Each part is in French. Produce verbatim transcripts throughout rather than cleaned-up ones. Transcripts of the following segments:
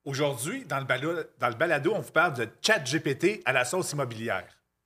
Aujourd'hui, dans le, balado, dans le balado, on vous parle de ChatGPT à la sauce immobilière.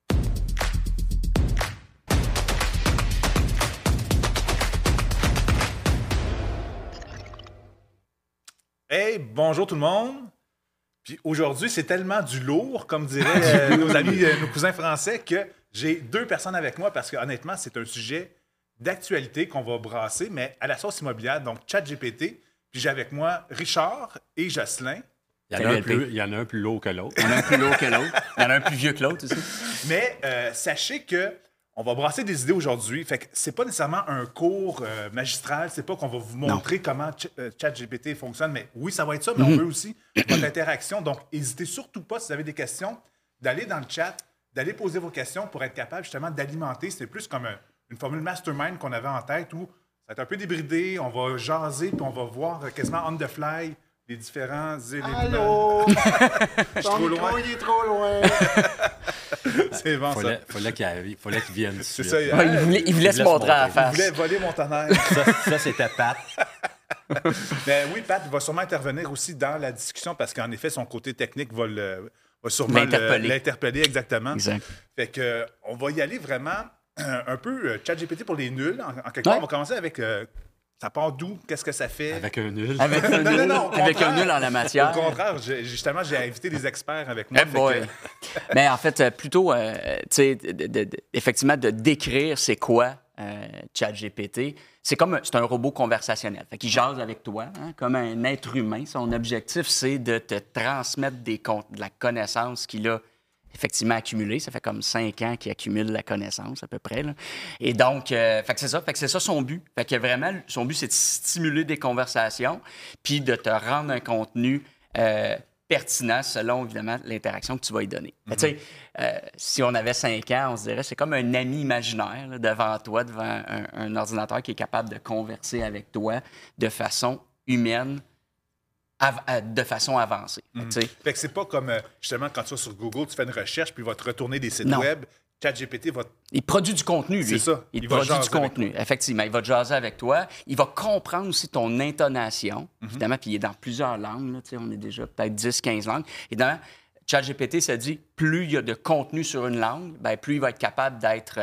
Hey, bonjour tout le monde. Puis aujourd'hui, c'est tellement du lourd, comme diraient euh, nos amis, euh, nos cousins français, que j'ai deux personnes avec moi parce que honnêtement, c'est un sujet d'actualité qu'on va brasser, mais à la sauce immobilière, donc ChatGPT. Puis j'ai avec moi Richard et Jocelyn. Il y, en a un plus, il y en a un plus lourd que l'autre. Il y en a un plus lourd que l'autre. Il y en a un plus vieux que l'autre aussi. Mais euh, sachez que on va brasser des idées aujourd'hui. Fait que c'est pas nécessairement un cours euh, magistral. C'est pas qu'on va vous montrer non. comment ch- euh, ChatGPT fonctionne. Mais oui, ça va être ça, mais mm-hmm. on veut aussi votre interaction. Donc, n'hésitez surtout pas, si vous avez des questions, d'aller dans le chat, d'aller poser vos questions pour être capable justement d'alimenter. C'est plus comme un, une formule mastermind qu'on avait en tête où ça va être un peu débridé, on va jaser, puis on va voir quasiment on the fly les différents éléments. Allô? Je suis trop loin. Il est trop loin. C'est bon, fallait, ça. Fallait qu'il arrive, fallait qu'il vienne. C'est ça. Il, ouais, il voulait, il voulait se montrer à la face. Il voulait voler mon tonnerre. Ça, ça c'était Pat. Mais oui, Pat va sûrement intervenir aussi dans la discussion parce qu'en effet, son côté technique va, le, va sûrement l'interpeller. Le, l'interpeller exactement. Exact. Fait que, on va y aller vraiment euh, un peu euh, ChatGPT pour les nuls. En, en quelque part, ouais. On va commencer avec... Euh, ça part d'où? Qu'est-ce que ça fait? Avec un nul. Avec un non, nul, non, non, avec un nul en la matière. Au contraire, j'ai, justement, j'ai invité des experts avec moi. Hey boy. Que... Mais en fait, plutôt, euh, tu sais, de, de, de, effectivement, de décrire c'est quoi euh, ChatGPT. C'est comme un, c'est un robot conversationnel. Fait qu'il jase avec toi, hein, comme un être humain. Son objectif, c'est de te transmettre des, de la connaissance qu'il a effectivement accumulé. Ça fait comme cinq ans qu'il accumule la connaissance, à peu près. Là. Et donc, euh, fait que c'est ça. Fait que c'est ça son but. Fait que vraiment, son but, c'est de stimuler des conversations puis de te rendre un contenu euh, pertinent selon, évidemment, l'interaction que tu vas y donner. Mm-hmm. Tu sais, euh, si on avait cinq ans, on se dirait c'est comme un ami imaginaire là, devant toi, devant un, un ordinateur qui est capable de converser avec toi de façon humaine, de façon avancée. Mm. Fait que c'est pas comme, justement, quand tu vas sur Google, tu fais une recherche, puis il va te retourner des sites non. web. ChatGPT va... Il produit du contenu, lui. C'est ça. Il, il produit du contenu, effectivement. Il va te jaser avec toi. Il va comprendre aussi ton intonation, mm-hmm. évidemment, puis il est dans plusieurs langues. Là, on est déjà peut-être dix quinze langues. Évidemment, ChatGPT, ça dit, plus il y a de contenu sur une langue, bien, plus il va être capable d'être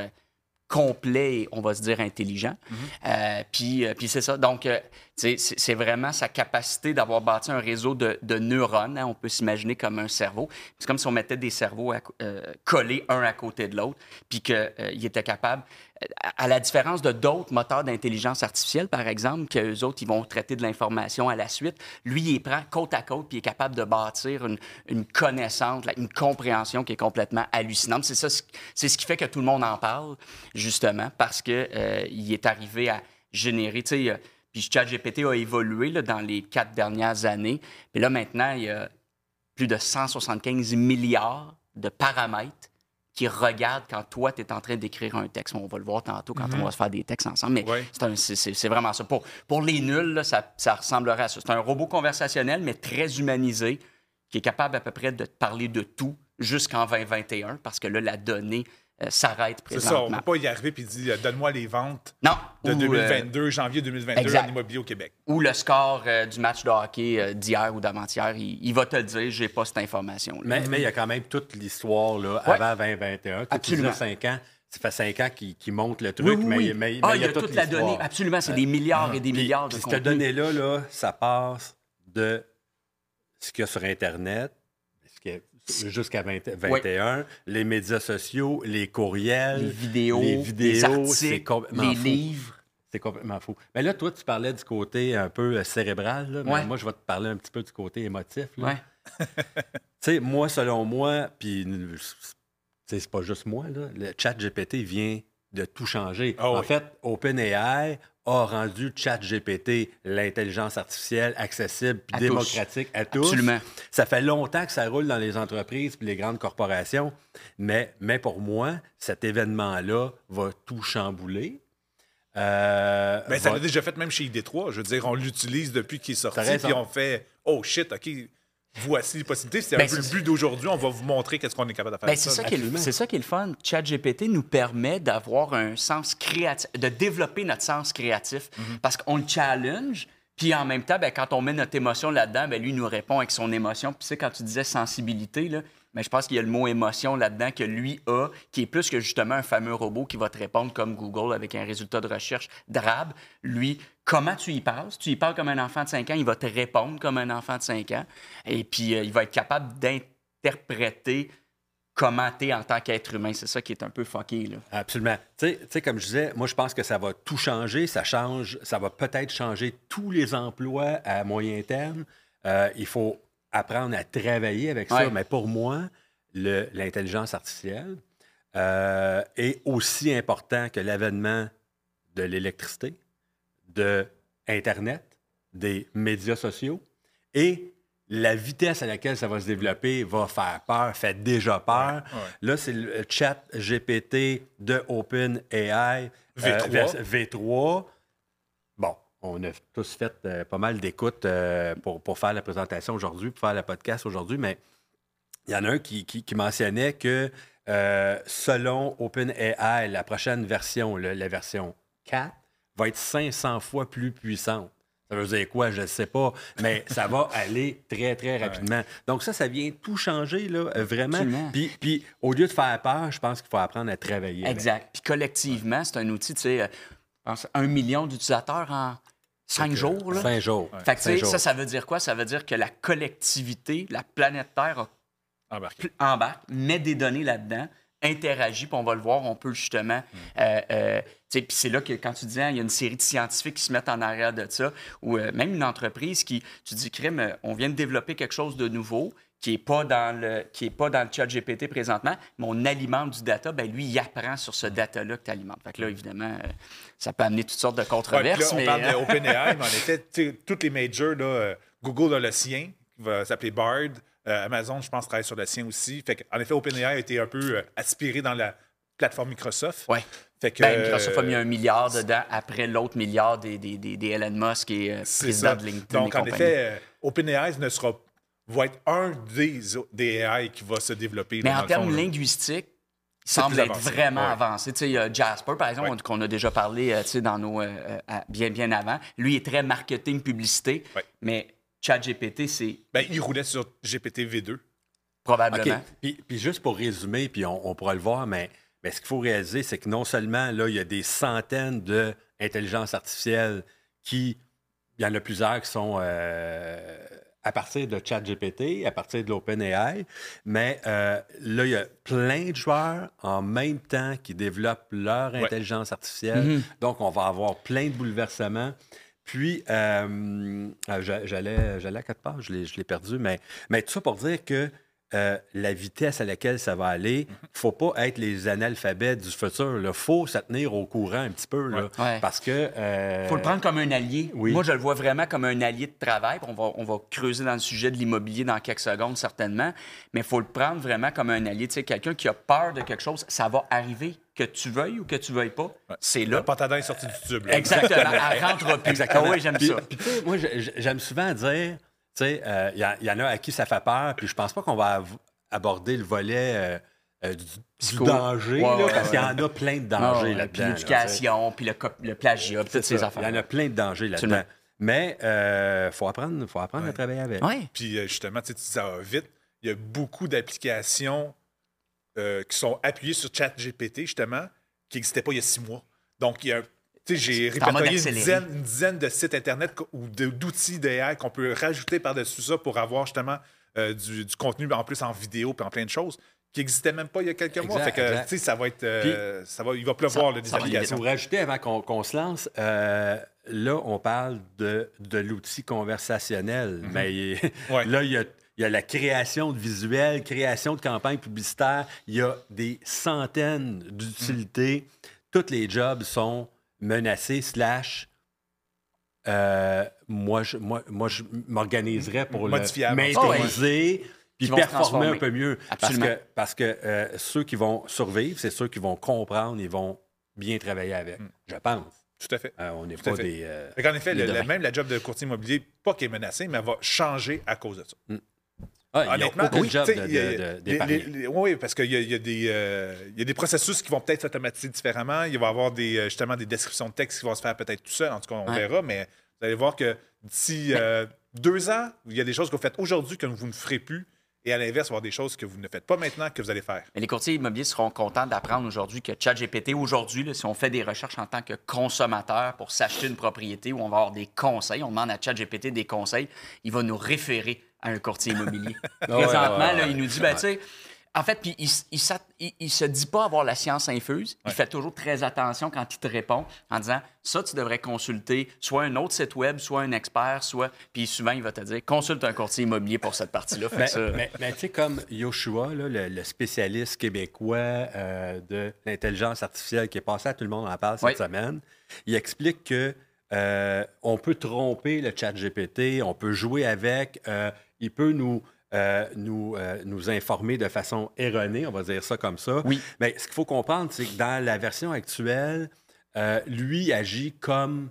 complet et, on va se dire, intelligent. Mm-hmm. Euh, puis, euh, puis c'est ça. Donc, euh, c'est, c'est vraiment sa capacité d'avoir bâti un réseau de, de neurones. Hein, on peut s'imaginer comme un cerveau. C'est comme si on mettait des cerveaux à, euh, collés un à côté de l'autre, puis qu'il euh, était capable, à, à la différence de d'autres moteurs d'intelligence artificielle, par exemple, qu'eux autres, ils vont traiter de l'information à la suite, lui, il prend côte à côte, puis il est capable de bâtir une, une connaissance, une compréhension qui est complètement hallucinante. C'est ça, c'est ce qui fait que tout le monde en parle, justement, parce qu'il euh, est arrivé à générer, tu sais, puis ChatGPT a évolué là, dans les quatre dernières années. Puis là, maintenant, il y a plus de cent soixante-quinze milliards de paramètres qui regardent quand toi, tu es en train d'écrire un texte. On va le voir tantôt quand mm-hmm. on va se faire des textes ensemble. Mais ouais. c'est, un, c'est, c'est vraiment ça. Pour, pour les nuls, là, ça, ça ressemblerait à ça. C'est un robot conversationnel, mais très humanisé, qui est capable à peu près de te parler de tout jusqu'en vingt vingt et un, parce que là, la donnée Euh, s'arrête présentement. C'est ça, on ne peut pas y arriver et dire « Donne-moi les ventes non, de ou, deux mille vingt-deux, euh, janvier deux mille vingt-deux exact. En immobilier au Québec. » Ou le score euh, du match de hockey euh, d'hier ou d'avant-hier, il, il va te le dire « J'ai pas cette information-là. » Mais il y a quand même toute l'histoire là, ouais. avant vingt vingt et un. Absolument. Tu cinq ans, ça fait cinq ans qu'il, qu'il monte le truc, oui, oui, mais, oui. mais, mais ah, il y a, y a toute, toute la donnée. Absolument, c'est euh, des milliards euh, et des puis, milliards de puis contenus. Cette donnée-là, là, ça passe de ce qu'il y a sur Internet, ce qu'il y a jusqu'à vingt, vingt et un, oui. les médias sociaux, les courriels, les vidéos, les, vidéos, les articles, c'est complètement les fou. livres. C'est complètement fou. Mais là, toi, tu parlais du côté un peu cérébral. Là, mais ouais. moi, je vais te parler un petit peu du côté émotif. Là. Ouais. Tu sais, moi, selon moi, puis c'est pas juste moi, là, le ChatGPT vient de tout changer. Oh, en oui. fait, OpenAI a rendu ChatGPT, l'intelligence artificielle, accessible et démocratique tous. à tous. Absolument. Ça fait longtemps que ça roule dans les entreprises et les grandes corporations, mais, mais pour moi, cet événement-là va tout chambouler. Euh, mais ça va... l'a déjà fait même chez I D trois. Je veux dire, on l'utilise depuis qu'il est sorti, puis on fait « Oh shit, OK, voici les possibilités. » C'est ben, un peu le but d'aujourd'hui. On va vous montrer qu'est-ce qu'on est capable de faire. Ben, c'est, ça ça qui est, c'est ça qui est le fun. ChatGPT nous permet d'avoir un sens créatif, de développer notre sens créatif, mm-hmm. parce qu'on le challenge, Puis en même temps, ben, quand on met notre émotion là-dedans, ben, lui, il nous répond avec son émotion. Puis tu sais, quand tu disais sensibilité, là, ben, je pense qu'il y a le mot émotion là-dedans que lui a, qui est plus que justement un fameux robot qui va te répondre comme Google avec un résultat de recherche drabe. Lui, comment tu y parles? Si tu y parles comme un enfant de cinq ans, il va te répondre comme un enfant de cinq ans. Et puis, euh, il va être capable d'interpréter comment tu es en tant qu'être humain. C'est ça qui est un peu fucké, là. Absolument. Tu sais, comme je disais, moi, je pense que ça va tout changer. Ça change, ça va peut-être changer tous les emplois à moyen terme. Euh, il faut apprendre à travailler avec ça. Ouais. Mais pour moi, le- l'intelligence artificielle euh, est aussi important que l'avènement de l'électricité, de Internet, des médias sociaux et la vitesse à laquelle ça va se développer va faire peur, fait déjà peur. Ouais, ouais. Là, c'est le chat G P T de OpenAI V trois. vers- V trois. Bon, on a tous fait euh, pas mal d'écoutes euh, pour, pour faire la présentation aujourd'hui, pour faire le podcast aujourd'hui, mais il y en a un qui, qui- qui mentionnait que euh, selon OpenAI, la prochaine version, le- la version quatre, va être cinq cents fois plus puissante. Ça veut dire quoi? Je ne sais pas, mais ça va aller très, très rapidement. Donc ça, ça vient tout changer, là, euh, vraiment. Absolument. Puis, puis au lieu de faire peur, je pense qu'il faut apprendre à travailler. avec. Exact. Puis collectivement, c'est un outil, tu sais, euh, je pense un million d'utilisateurs en cinq jours. Là. Cinq jours. Fait que, tu Cinq sais, jours. ça, ça veut dire quoi? Ça veut dire que la collectivité, la planète Terre a Embarqué. embarque, met des données là-dedans, interagit, puis on va le voir, on peut justement... euh, euh, tu sais, puis c'est là que, quand tu dis, hein, il y a une série de scientifiques qui se mettent en arrière de ça, ou euh, même une entreprise qui, tu dis, crime, euh, on vient de développer quelque chose de nouveau qui n'est pas dans le qui est pas dans le chat G P T présentement, mais on alimente du data, ben lui, il apprend sur ce data-là que tu alimentes. Fait que là, évidemment, euh, ça peut amener toutes sortes de Ouais, controverses, puis là, on mais... parle euh, de OpenAI, mais en effet, tu sais, toutes les majors, là, euh, Google a le sien, qui va s'appeler Bard. Euh, Amazon, je pense, travaille sur le sien aussi. Fait que, en effet, OpenAI a été un peu euh, aspiré dans la plateforme Microsoft. Ouais. Fait que, Ben, Microsoft a mis euh, un milliard dedans après l'autre milliard des, des, des, des Elon Musk et euh, c'est président ça. de LinkedIn. Donc, et en compagnie. effet, euh, OpenAI ne sera, va être un des, des A I qui va se développer. Mais là, en dans le termes fond, là. linguistiques, il C'est semble plus être avancé. vraiment Ouais. avancé. Tu sais, il y a Jasper, par exemple, Ouais. qu'on a déjà parlé euh, tu sais, dans nos, euh, euh, à- bien, bien avant. Lui est très marketing, publicité, Ouais. mais ChatGPT, c'est Ben, il roulait sur G P T V deux. probablement... OK. Puis, puis juste pour résumer, puis on, on pourra le voir, mais, mais ce qu'il faut réaliser, c'est que non seulement là, il y a des centaines d'intelligences artificielles qui, il y en a plusieurs qui sont euh, à partir de ChatGPT, à partir de l'OpenAI, mais euh, là, il y a plein de joueurs en même temps qui développent leur Ouais. intelligence artificielle. Mhm. Donc, on va avoir plein de bouleversements. Puis, euh, euh, j'a- j'allais, j'allais à quatre part, je l'ai, je l'ai perdu, mais, mais tout ça pour dire que euh, la vitesse à laquelle ça va aller, il ne faut pas être les analphabètes du futur. Il faut se tenir au courant un petit peu. Là, Ouais. Parce que... euh, Il faut le prendre comme un allié. oui. Moi, je le vois vraiment comme un allié de travail. Puis On va, on va creuser dans le sujet de l'immobilier dans quelques secondes, certainement. Mais il faut le prendre vraiment comme un allié. Tu sais, quelqu'un qui a peur de quelque chose, ça va arriver, que tu veuilles ou que tu veuilles pas. C'est là. Le pantalon est sorti du tube. là. Exactement. Elle rentre plus. Exactement. Ah oui, j'aime Puis- ça. puis, tu sais, moi, je- je- j'aime souvent dire, tu sais, euh, il y, a- il y en a à qui ça fait peur, puis je pense pas qu'on va av- aborder le volet euh, euh, du, du Psycho. danger, Ouais, là, ouais, parce qu'il y ouais. en a plein de Ah dangers ouais, là-dedans. Puis là, l'éducation, puis le, cop- le plagiat, puis toutes tu sais. ces Ça, affaires. Il y en a plein de dangers là-dedans. Absolument. Mais il euh, faut apprendre, faut apprendre à Ouais. travailler avec. Oui. Puis euh, justement, tu sais, tu dis ça va vite. Il y a beaucoup d'applications euh, qui sont appuyées sur ChatGPT, justement, qui n'existaient pas il y a six mois. Donc, il y a un- tu sais, j'ai C'est en mode répertorié une accéléré. dizaine, une dizaine de sites Internet co- ou de- d'outils d'A I qu'on peut rajouter par-dessus ça pour avoir justement euh, du, du contenu en plus en vidéo puis en plein de choses qui n'existaient même pas il y a quelques mois. Exact, Fait que, exact. tu sais, ça va être... euh, ça va, il va pleuvoir là, des ça va aller applications. Pour rajouter, avant qu'on qu'on se lance, euh, là, on parle de, de l'outil conversationnel. Mais il- Ouais. là, il y a, il y a la création de visuels, création de campagnes publicitaires. Il y a des centaines d'utilités. Tous les jobs sont menacés, slash... euh, moi, je, moi, moi, je m'organiserais pour le Modifiable. maîtriser puis Qui vont se performer un transformer. peu mieux. Parce Absolument. que, parce que euh, ceux qui vont survivre, c'est ceux qui vont comprendre, ils vont bien travailler avec, je pense. Tout à fait. Euh, on n'est Tout à pas fait. des... euh, Fait qu'en effet, des le- le- devins. même la job de courtier immobilier, pas qu'elle est menacée, mais elle va changer à cause de ça. Ah, il n'y a Honnêtement, aucun oui, job tu de- sais, il y a- de- de- les- d'épargner. les- les- Oui, parce qu'il y a, il y a des, euh, il y a des processus qui vont peut-être s'automatiser différemment. Il va y avoir des, euh, justement des descriptions de texte qui vont se faire peut-être tout seul. En tout cas, on Ouais. verra. Mais vous allez voir que d'ici euh, deux ans, il y a des choses que vous faites aujourd'hui que vous ne ferez plus. Et à l'inverse, il va y avoir des choses que vous ne faites pas maintenant que vous allez faire. Mais les courtiers immobiliers seront contents d'apprendre aujourd'hui que ChatGPT, aujourd'hui, là, si on fait des recherches en tant que consommateur pour s'acheter une propriété où on va avoir des conseils, on demande à ChatGPT des conseils, il va nous référer à un courtier immobilier. Présentement, ouais, ouais, là, ouais. il nous dit, ben, tu sais, en fait, puis il, il, il, il se dit pas avoir la science infuse. Il Ouais. fait toujours très attention quand il te répond en disant, ça, tu devrais consulter soit un autre site web, soit un expert, soit... Puis souvent, il va te dire, consulte un courtier immobilier pour cette partie-là. Fait que Mais, ça... mais- mais tu sais, comme Yoshua, là, le, le spécialiste québécois euh, de l'intelligence artificielle qui est passé à tout le monde en parle cette Oui. semaine, il explique que euh, on peut tromper le chat G P T, on peut jouer avec, euh, il peut nous... Euh, nous, euh, nous informer de façon erronée, on va dire ça comme ça. Oui. Mais ce qu'il faut comprendre, c'est que dans la version actuelle, euh, lui agit comme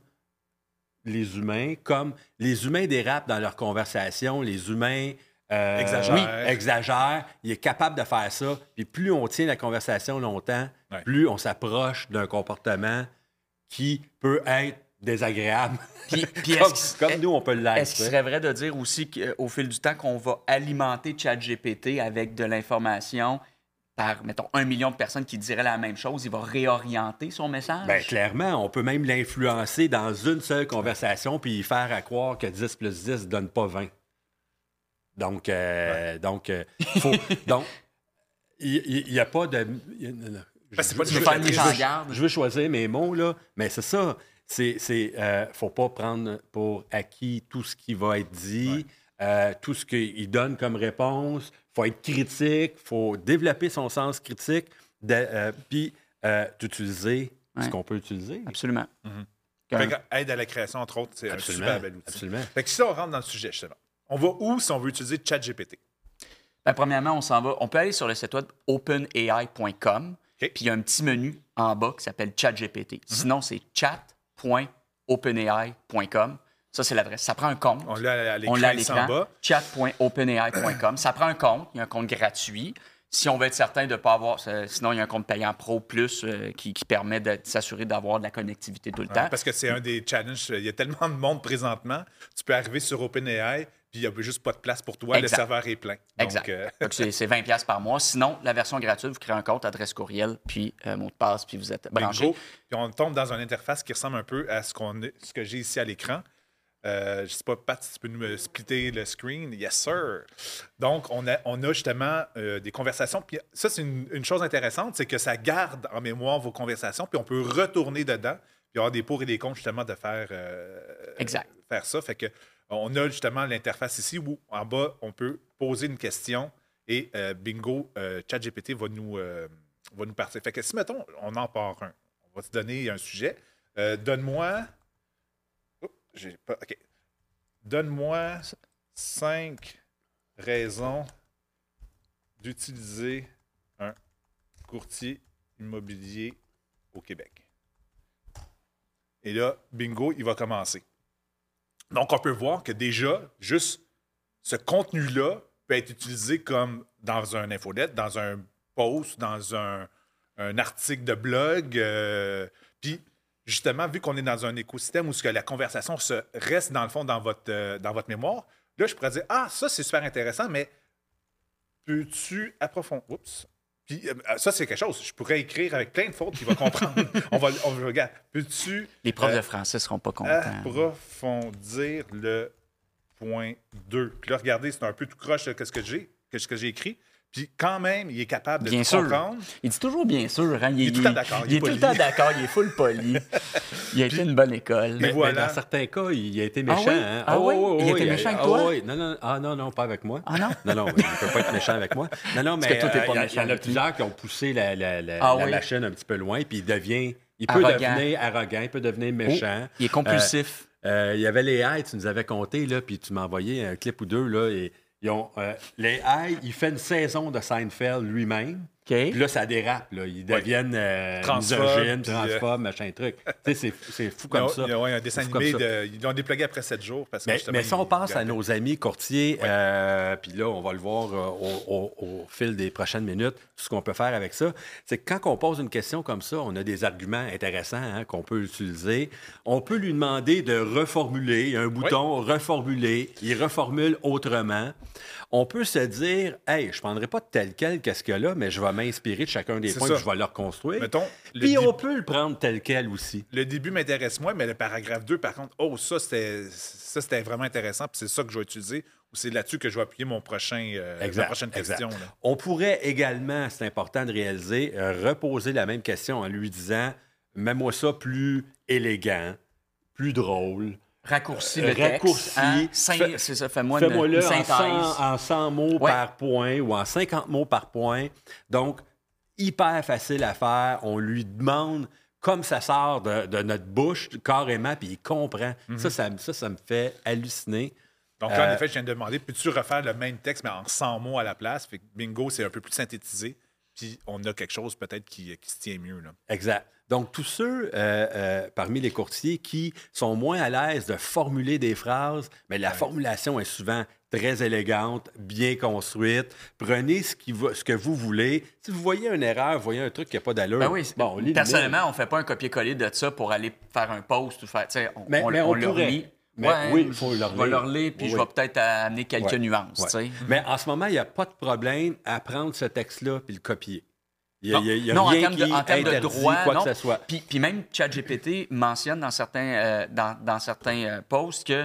les humains, comme les humains dérapent dans leur conversation, les humains euh, Exagèrent. oui, exagèrent. Il est capable de faire ça. Puis plus on tient la conversation longtemps, Ouais. plus on s'approche d'un comportement qui peut être désagréable. Puis, puis comme, est-ce que- comme nous, on peut l'être. Est-ce qu'il tu sais. serait vrai de dire aussi qu'au fil du temps, qu'on va alimenter ChatGPT avec de l'information par, mettons, un million de personnes qui diraient la même chose, il va réorienter son message? Bien, clairement, on peut même l'influencer dans une seule conversation puis y faire à croire que dix plus dix ne donne pas vingt. Donc, euh, donc, euh, faut, donc, il n'y a pas de... il- non, non. Parce que c'est pas Je- une je- faire une je- mise en je- garde. Je veux choisir mes mots, là, mais c'est ça. C'est, c'est, euh, faut pas prendre pour acquis tout ce qui va être dit, euh, tout ce qu'il donne comme réponse. faut être critique, faut développer son sens critique, de, euh, puis euh, d'utiliser Ouais. ce qu'on peut utiliser. Absolument. Mm-hmm. Fait que aide à la création, entre autres, c'est Absolument, un super bel outil. absolument. Fait que si on rentre dans le sujet, justement, on va où si on veut utiliser ChatGPT? Ben, premièrement, on s'en va. On peut aller sur le site web open A I point com, OK. puis il y a un petit menu en bas qui s'appelle ChatGPT. Sinon, c'est chat point open A I point com. Ça, c'est l'adresse. Ça prend un compte. On l'a à On l'écran l'a à ici en l'écran. bas. chat point open A I point com. Ça prend un compte. Il y a un compte gratuit. Si on veut être certain de ne pas avoir... euh, Sinon, il y a un compte payant Pro Plus euh, qui, qui permet de s'assurer d'avoir de la connectivité tout le Ouais, temps. parce que c'est un des challenges. Il y a tellement de monde présentement. Tu peux arriver sur OpenAI, puis il n'y a juste pas de place pour toi. Exact. Le serveur est plein. Donc, Exact. euh, Donc, c'est c'est vingt dollars par mois. Sinon, la version gratuite, vous créez un compte, adresse courriel, puis euh, mot de passe, puis vous êtes branché. bingo. Puis on tombe dans une interface qui ressemble un peu à ce, qu'on est- ce que j'ai ici à l'écran. Euh, je ne sais pas, Pat, si tu peux nous me splitter le screen. Yes, sir. Donc, on a, on a justement euh, des conversations. Puis ça, c'est une, une chose intéressante, c'est que ça garde en mémoire vos conversations, puis on peut retourner dedans, puis avoir des pour et des contre, justement, de faire, euh, Exact. faire ça. Fait que on a justement l'interface ici où, en bas, on peut poser une question et euh, bingo, euh, ChatGPT va nous, euh, va nous partir. Fait que si, mettons, on en part un, on va te donner un sujet. Euh, donne-moi... Oups, j'ai pas... OK. Donne-moi cinq raisons d'utiliser un courtier immobilier au Québec. Et là, bingo, il va commencer. Donc, on peut voir que déjà, juste ce contenu-là peut être utilisé comme dans un infolette, dans un post, dans un, un article de blog. euh, Puis, justement, vu qu'on est dans un écosystème où ce que la conversation se reste, dans le fond, dans votre, euh, dans votre mémoire, là, je pourrais dire, ah, ça, c'est super intéressant, mais peux-tu approfondir... Oups. Puis, euh, ça, c'est quelque chose. Je pourrais écrire avec plein de fautes, puis il va comprendre. on va, on va regarde. Peux-tu Les profs euh, de français ne seront pas contents. approfondir le point deux? Puis là, regardez, c'est un peu tout croche là, qu'est-ce que j'ai, qu'est-ce que j'ai écrit. Puis quand même, il est capable de Bien tout sûr. comprendre. Il dit toujours bien sûr. Hein? Il, Il est tout le temps d'accord, il Il est est tout le poli. temps d'accord. Il est full poli. Il a été une bonne école. Mais Mais, voilà. mais dans certains cas, il a été Ah méchant. oui? hein? Ah oui? Il a été oui, méchant avec ah toi? oui. Non, non, ah non, non, pas avec moi. Ah non? Non, non, il ne peut pas être méchant avec moi. Non, non, mais que toi, t'es euh, pas il y a- méchant il y en a avec lui. plusieurs qui ont poussé la, la, la, Ah la oui? machine un petit peu loin, puis il devient... Il peut Arrogant. devenir arrogant, il peut devenir méchant. Il est compulsif. Euh, il y avait les Haies, tu nous avais compté, là, puis tu m'as envoyé un clip ou deux, là, et ils ont... Euh, les Haies, il fait une saison de Seinfeld lui-même. Puis là, ça dérape. Là. Ils deviennent euh, Transphobe, misogynes, puis, transphobes, machin truc. Tu sais, c'est, c'est fou comme ça. Il y a ouais, un dessin C'est fou animé, comme ça. de, ils l'ont déplugué après sept jours. Parce que Mais, justement, mais si on ils- passe ils à nos amis courtiers, Ouais. euh, puis là, on va le voir euh, au, au- au fil des prochaines minutes, tout ce qu'on peut faire avec ça, c'est que quand on pose une question comme ça, on a des arguments intéressants hein, qu'on peut utiliser. On peut lui demander de reformuler. Il y a un bouton reformuler. Il reformule autrement. On peut se dire, hey, je ne prendrai pas tel quel qu'est-ce qu'il y a là, mais je vais m'inspirer de chacun des C'est points ça. et je vais le reconstruire. Mettons, le Puis dé- on peut le prendre tel quel aussi. Le début m'intéresse moins, mais le paragraphe deux, par contre, oh, ça, c'était, ça, c'était vraiment intéressant, puis c'est ça que je vais utiliser, ou c'est là-dessus que je vais appuyer mon prochain, euh, Exact, ma prochaine exact. question. Là. On pourrait également, c'est important de réaliser, euh, reposer la même question en lui disant mets-moi ça plus élégant, plus drôle. Raccourcis Euh, le texte. raccourci. hein, cin- Fais- c'est ça, fais-moi une, Fais-moi une là en synthèse. cent, en cent mots Ouais. par point ou en cinquante mots par point. Donc, hyper facile à faire. On lui demande comme ça sort de, de notre bouche carrément, puis il comprend. ça, ça, ça, ça me fait halluciner. Donc là, en Euh, effet, je viens de demander, peux-tu refaire le même texte, mais en cent mots à la place? Fait que bingo, c'est un peu plus synthétisé, puis on a quelque chose peut-être qui, qui se tient mieux. Là. Exact. Donc, tous ceux euh, euh, parmi les courtiers qui sont moins à l'aise de formuler des phrases, mais la Ouais. formulation est souvent très élégante, bien construite. Prenez ce, qui va, ce que vous voulez. Si vous voyez une erreur, vous voyez un truc qui n'a pas d'allure, Ben oui, bon, lis-le. personnellement, on ne fait pas un copier-coller de ça pour aller faire un post ou faire. tu sais, On, Mais- on, mais on le pourrait. relit. Mais oui, il faut le Je vais relire. le relire, puis Oui, je oui. vais peut-être amener quelques Ouais. nuances. Ouais. tu sais. Mais en ce moment, il n'y a pas de problème à prendre ce texte-là puis le copier. Il n'y a, Non, il y a- il y a non, en rien termes de, qui en termes de interdit droit, quoi non. que ce soit. Puis, puis même ChatGPT mentionne dans certains, euh, dans, dans certains euh, posts que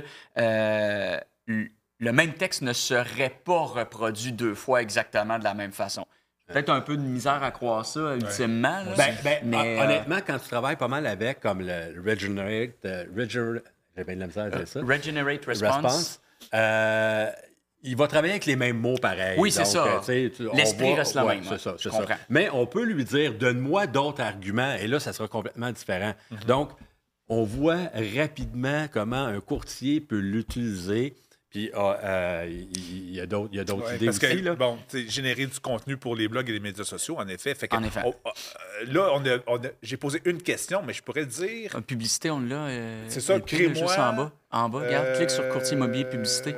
euh, l- le même texte ne serait pas reproduit deux fois exactement de la même façon. Peut-être un peu de misère à croire ça, ultimement. là. Ben, ben, Mais, hon- euh, honnêtement, quand tu travailles pas mal avec, comme le Regenerate, euh, Regener- j'ai bien de la misère à dire ça. Regenerate Response. Response, euh, il va travailler avec les mêmes mots pareils. Oui, c'est Donc, ça. euh, tu sais, tu- on L'esprit voit- reste le ouais, même, C'est ouais. ça, Je c'est ça. comprends. Mais on peut lui dire, donne-moi d'autres arguments, et là, ça sera complètement différent. Mm-hmm. Donc, on voit rapidement comment un courtier peut l'utiliser. Puis, ah, euh, il il y a d'autres il y a d'autres Ouais, idées parce aussi. que, là. bon, tu sais, générer du contenu pour les blogs et les médias sociaux, en effet. Fait que, En effet. on- euh, là, on a- on a- j'ai posé une question, mais je pourrais dire. Une publicité, on l'a. euh, C'est ça, le pin, là, crée-moi, juste en bas. En bas, regarde, clique sur courtier immobilier euh, publicité.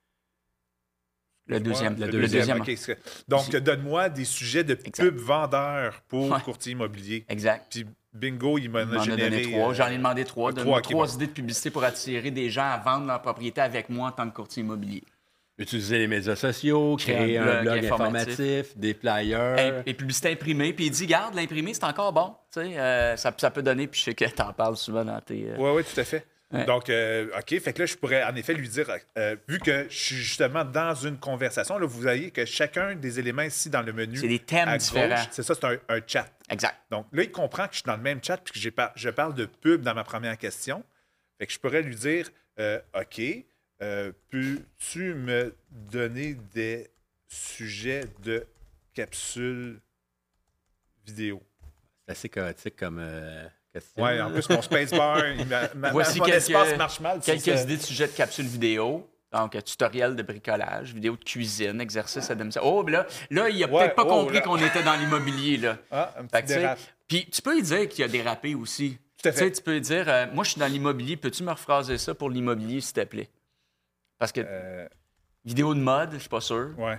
Le deuxième. Le Le deuxième, deuxième. OK, c'est- Donc, donne-moi des sujets de Exact. pub vendeurs pour Ouais. courtier immobilier. Exact. Puis, bingo, il m'en Il m'en a a généré. donné trois. euh, J'en ai demandé trois. trois, Donne-moi ok, trois bon. idées de publicité pour attirer des gens à vendre leur propriété avec moi en tant que courtier immobilier. Utiliser les médias sociaux, Créer créer un un blog blog informatif. informatif, des flyers. Im- Et publicité imprimée. Puis il dit, garde, l'imprimé, c'est encore bon. Tu sais, euh, ça, ça peut donner. Puis je sais que tu en parles souvent dans tes. euh, Oui, oui, tout à fait. Ouais. Donc, euh, OK, fait que là, je pourrais en effet lui dire, euh, vu que je suis justement dans une conversation, là, vous voyez que chacun des éléments ici dans le menu. C'est des thèmes à gauche, différents. C'est ça, c'est un, un chat. Exact. Donc là, il comprend que je suis dans le même chat puis que j'ai par- je parle de pub dans ma première question. Fait que je pourrais lui dire, euh, OK, euh, peux-tu me donner des sujets de capsules vidéo? C'est assez chaotique comme euh, question. Oui, en plus, mon spacebar, il m'a- ma, Voici mon quelques- espace marche mal. sur Quelques ce- idées de sujets de capsules vidéo. Donc, euh, tutoriel de bricolage, vidéo de cuisine, exercice à domicile. Oh, ben là, là, il a Ouais, peut-être pas oh, compris là. qu'on était dans l'immobilier, là. Ah, un Fait petit que, tu sais, dérape. Puis tu peux lui dire qu'il a dérapé aussi. Tout à Tu sais, fait. tu peux lui dire, euh, moi, je suis dans l'immobilier, peux-tu me rephraser ça pour l'immobilier, s'il te plaît? Parce que Euh, vidéo de mode, je suis pas sûr. ouais.